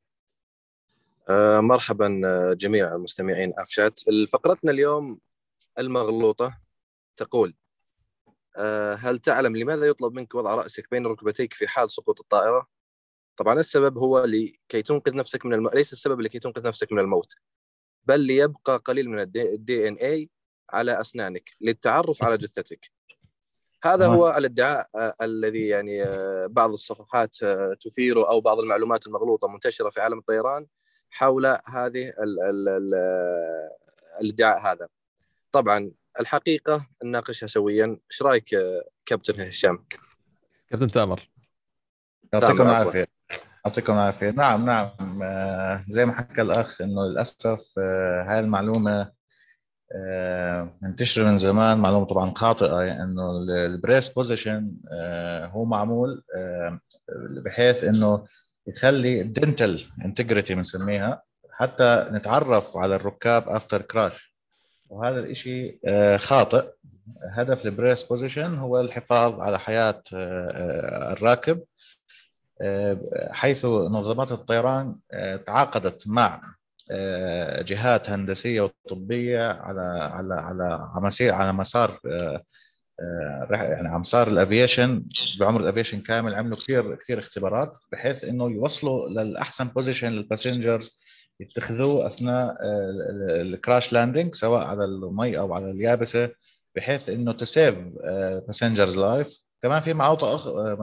Speaker 6: مرحبا جميع المستمعين أفشات. فقرتنا اليوم المغلوطة تقول: هل تعلم لماذا يطلب منك وضع رأسك بين ركبتيك في حال سقوط الطائرة؟ طبعا السبب هو لكي تنقذ نفسك من ليس السبب لكي تنقذ نفسك من الموت، بل ليبقى قليل من الدي ان اي على أسنانك للتعرف على جثتك. هذا هو الادعاء الذي يعني بعض الصفحات تثيره، أو بعض المعلومات المغلوطة منتشرة في عالم الطيران حول هذه الادعاء هذا. طبعا الحقيقة نناقشها سويا. ايش رايك كابتن هشام؟
Speaker 1: كابتن تامر.
Speaker 5: يعطيكم
Speaker 6: تامر، عفوا.
Speaker 5: العافية. يعطيكم العافية. نعم نعم، زي ما حكى الأخ إنه للأسف هاي المعلومة منتشرة من زمان، معلومة طبعا خاطئة، يعني إنه البريس بوزيشن هو معمول بحيث إنه يخلي الدنتال انتجريتي بنسميها، حتى نتعرف على الركاب افتر كراش، وهذا الإشي خاطئ. هدف البريس بوزيشن هو الحفاظ على حياة الراكب، حيث منظمات الطيران تعاقدت مع جهات هندسية وطبية على مسار يعني على مسار الافيشن، بعمر الافيشن كامل. عملوا كثير اختبارات بحيث انه يوصلوا للاحسن بوزيشن للباسنجرز يتخذوه اثناء الكراش لاندنج، سواء على المي او على اليابسه، بحيث انه تسيف باسنجرز لايف. كمان في معوطه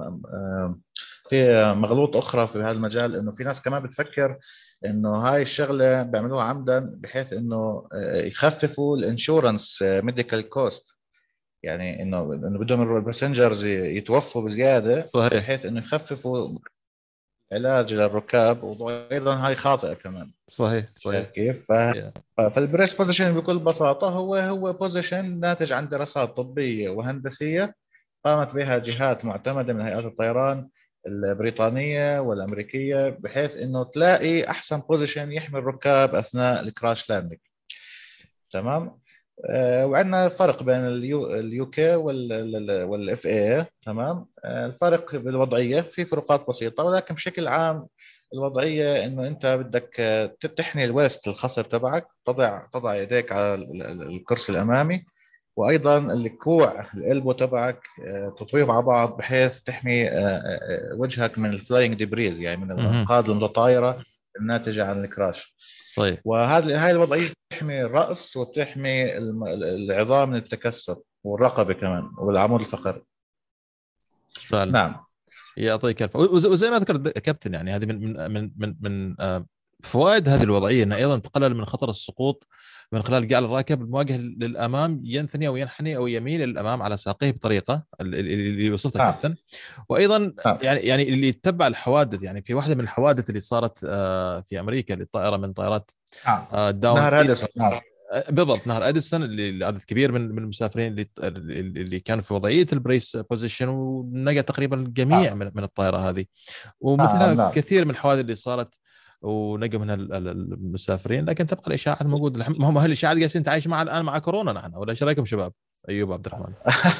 Speaker 5: في مغلوط اخرى في هذا المجال، انه في ناس كمان بتفكر انه هاي الشغله بيعملوها عمدا بحيث انه يخففوا الانشورنس ميديكال كوست، يعني انه بدهم الباسنجرز يتوفوا بزياده
Speaker 1: صحيح
Speaker 5: بحيث انه يخففوا علاج للركاب، وايضا هاي خاطئه كمان.
Speaker 1: صحيح
Speaker 5: شايف
Speaker 1: صحيح.
Speaker 5: كيف؟
Speaker 1: Yeah.
Speaker 5: فالبريس بوزيشن بكل بساطه هو بوزيشن ناتج عن دراسات طبيه وهندسيه قامت بها جهات معتمده من هيئات الطيران البريطانيه والامريكيه، بحيث انه تلاقي احسن بوزيشن يحمي الركاب اثناء الكراش لاندنج. تمام. وعندنا فرق بين اليو كي والاف اي. تمام. الفرق بالوضعيه في فروقات بسيطه، ولكن بشكل عام الوضعيه انه انت بدك تحني الويست الخصر تبعك، تضع يديك على الكرسي الامامي، وايضا الكوع الالبو تبعك تطويه مع بعض بحيث تحمي وجهك من الفلاينج ديبريز، يعني من الانقاض المتطايره الناتجه عن الكراش.
Speaker 1: صحيح.
Speaker 5: هاي الوضعيه بتحمي الراس وبتحمي العظام من التكسر، والرقبه كمان، والعمود الفقري.
Speaker 1: فعلا.
Speaker 5: نعم.
Speaker 1: يعطيك الف. وزي ما ذكرت كابتن، يعني هذه من فوائد هذه الوضعيه انها ايضا تقلل من خطر السقوط من خلال جعل الراكب المواجه للامام ينثني او ينحني او يميل للامام على ساقيه بطريقه اللي وصفتها
Speaker 5: نعم.
Speaker 1: كابتن. وايضا
Speaker 5: نعم.
Speaker 1: يعني اللي يتبع الحوادث، يعني في واحده من الحوادث اللي صارت في امريكا للطائره من طائرات داون
Speaker 5: نهر
Speaker 1: إيست.
Speaker 5: هادسون. نعم.
Speaker 1: بالضبط، نهر اديسون، اللي عدد كبير من المسافرين اللي كانوا في وضعيه البريس بوزيشن، ونقى تقريبا الجميع من الطائره هذه. ومثلها
Speaker 5: نعم.
Speaker 1: كثير من الحوادث اللي صارت ونقوا منها المسافرين، لكن تبقى الاشاعات موجوده. هم هل الاشاعات جالسين تعيش مع الان مع كورونا نحن، ولا ايش رايكم شباب؟ ايوب عبد الرحمن.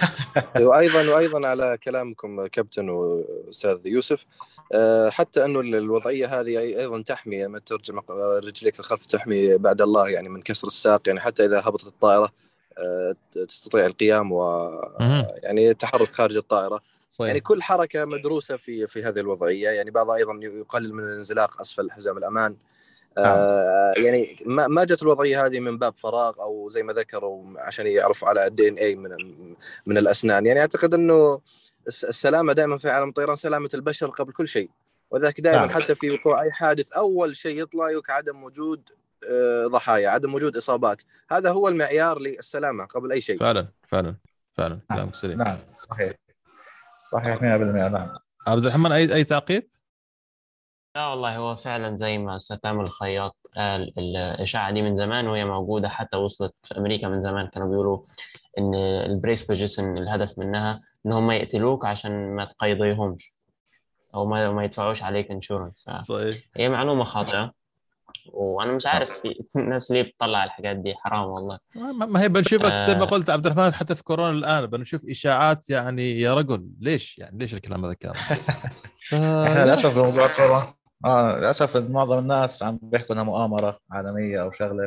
Speaker 6: وايضا على كلامكم كابتن واستاذ يوسف، حتى انه الوضعيه هذه ايضا تحمي لما ترجع رجليك الخلف، تحمي بعد الله يعني من كسر الساق، يعني حتى اذا هبطت الطائره تستطيع القيام يعني التحرك خارج الطائره.
Speaker 1: صحيح.
Speaker 6: يعني كل حركه مدروسه في هذه الوضعيه، يعني بعضها ايضا يقلل من الانزلاق اسفل حزام الامان. يعني ما جت الوضعيه هذه من باب فراغ، او زي ما ذكروا عشان يعرفوا على الدي ان اي من الاسنان. يعني اعتقد انه السلامه دائما في عالم الطيران سلامه البشر قبل كل شيء، وذلك دائما حتى في وقوع اي حادث اول شيء يطلع يك عدم وجود ضحايا، عدم وجود اصابات. هذا هو المعيار للسلامه قبل اي شيء.
Speaker 1: فعلا كلامك سليم.
Speaker 5: نعم صحيح 100%. نعم.
Speaker 1: عبد الرحمن، اي تعقيب؟
Speaker 7: لا والله، هو فعلا زي ما أستاذ تامر الخياط قال، الإشاعة دي من زمان وهي موجودة، حتى وصلت في أمريكا من زمان. كانوا بيقولوا إن البريس بوزيشن الهدف منها إن هم يقتلوك عشان ما تقيضيهمش أو ما يدفعوش عليك انشورنس.
Speaker 1: صحيح.
Speaker 7: هي معلومة خاطئة، وأنا مش عارف الناس ليه بتطلع الحاجات دي، حرام والله.
Speaker 1: ما هي بنشوفها زي ما قلت عبد الرحمن، حتى في كورونا الآن بنشوف إشاعات. يعني يا رجل ليش الكلام هذا كامل؟
Speaker 5: احنا للاسف بموضوع كورونا للاسف معظم الناس عم بيحكوا انها مؤامره عالميه او شغله.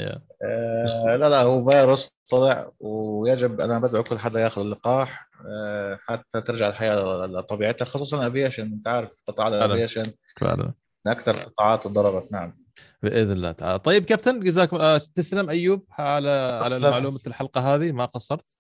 Speaker 5: لا هو فيروس طلع، ويجب انا بدعو كل حدا ياخذ اللقاح حتى ترجع الحياه لطبيعتها، خصوصا الافيشن. انت عارف قطاع الافيشن
Speaker 1: فعلا
Speaker 5: من اكثر القطاعات تضررت. نعم
Speaker 1: باذن الله تعالى. طيب كابتن، جزاكم تسلم ايوب على معلومه الحلقه هذه، ما قصرت.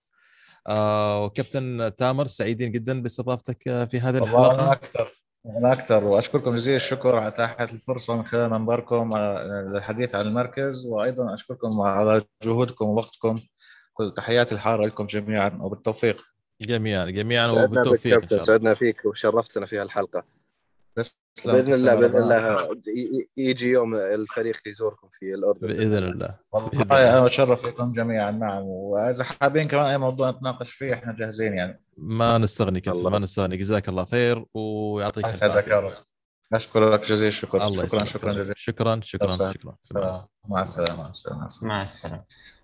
Speaker 1: وكابتن تامر، سعيدين جدا باستضافتك في هذه الحلقه.
Speaker 5: والله أنا أكثر، وأشكركم جزيل الشكر على إتاحة الفرصة من خلال منبركم للحديث عن المركز، وأيضا أشكركم على جهودكم ووقتكم كل تحياتي الحارة لكم جميعا وبالتوفيق.
Speaker 1: جميعا
Speaker 6: سعدنا بك
Speaker 1: وبالتوفيق ان
Speaker 6: كابتن،
Speaker 1: شاء الله.
Speaker 6: سعدنا فيك وشرفتنا في هالحلقة.
Speaker 5: تسلم
Speaker 6: بإذن الله يجي يوم الفريق يزوركم في الأردن
Speaker 1: باذن الله.
Speaker 5: والله أنا أتشرف بكم جميعا. نعم، وإذا حابين كمان أي موضوع نتناقش فيه إحنا جاهزين يعني.
Speaker 1: ما نستغني كابتن،
Speaker 6: الله.
Speaker 1: ما نستغني. جزاك الله خير ويعطيك
Speaker 5: يسعدك يا رب. أشكرك جزيل الشكر.
Speaker 1: الله
Speaker 5: شكرا
Speaker 1: يسلمك.
Speaker 5: جزيلا.
Speaker 1: شكرا.
Speaker 5: مع السلامة.
Speaker 7: مع السلامة.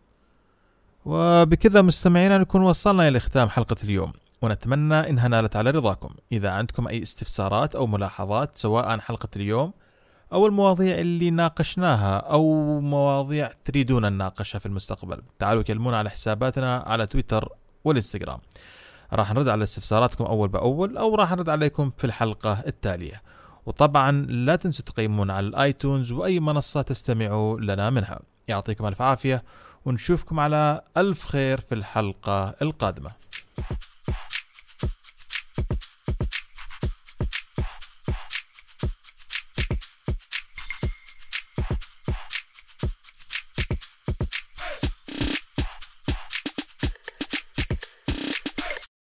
Speaker 1: وبكذا مستمعينا نكون وصلنا إلى ختام حلقة اليوم، ونتمنى إنها نالت على رضاكم. إذا عندكم أي استفسارات أو ملاحظات سواء عن حلقة اليوم أو المواضيع اللي ناقشناها أو مواضيع تريدون نناقشها في المستقبل، تعالوا كلمونا على حساباتنا على تويتر والإنستغرام. راح نرد على استفساراتكم أول بأول، أو راح نرد عليكم في الحلقة التالية. وطبعا لا تنسوا تقيمونا على الآيتونز وأي منصة تستمعوا لنا منها. يعطيكم ألف عافية، ونشوفكم على ألف خير في الحلقة القادمة.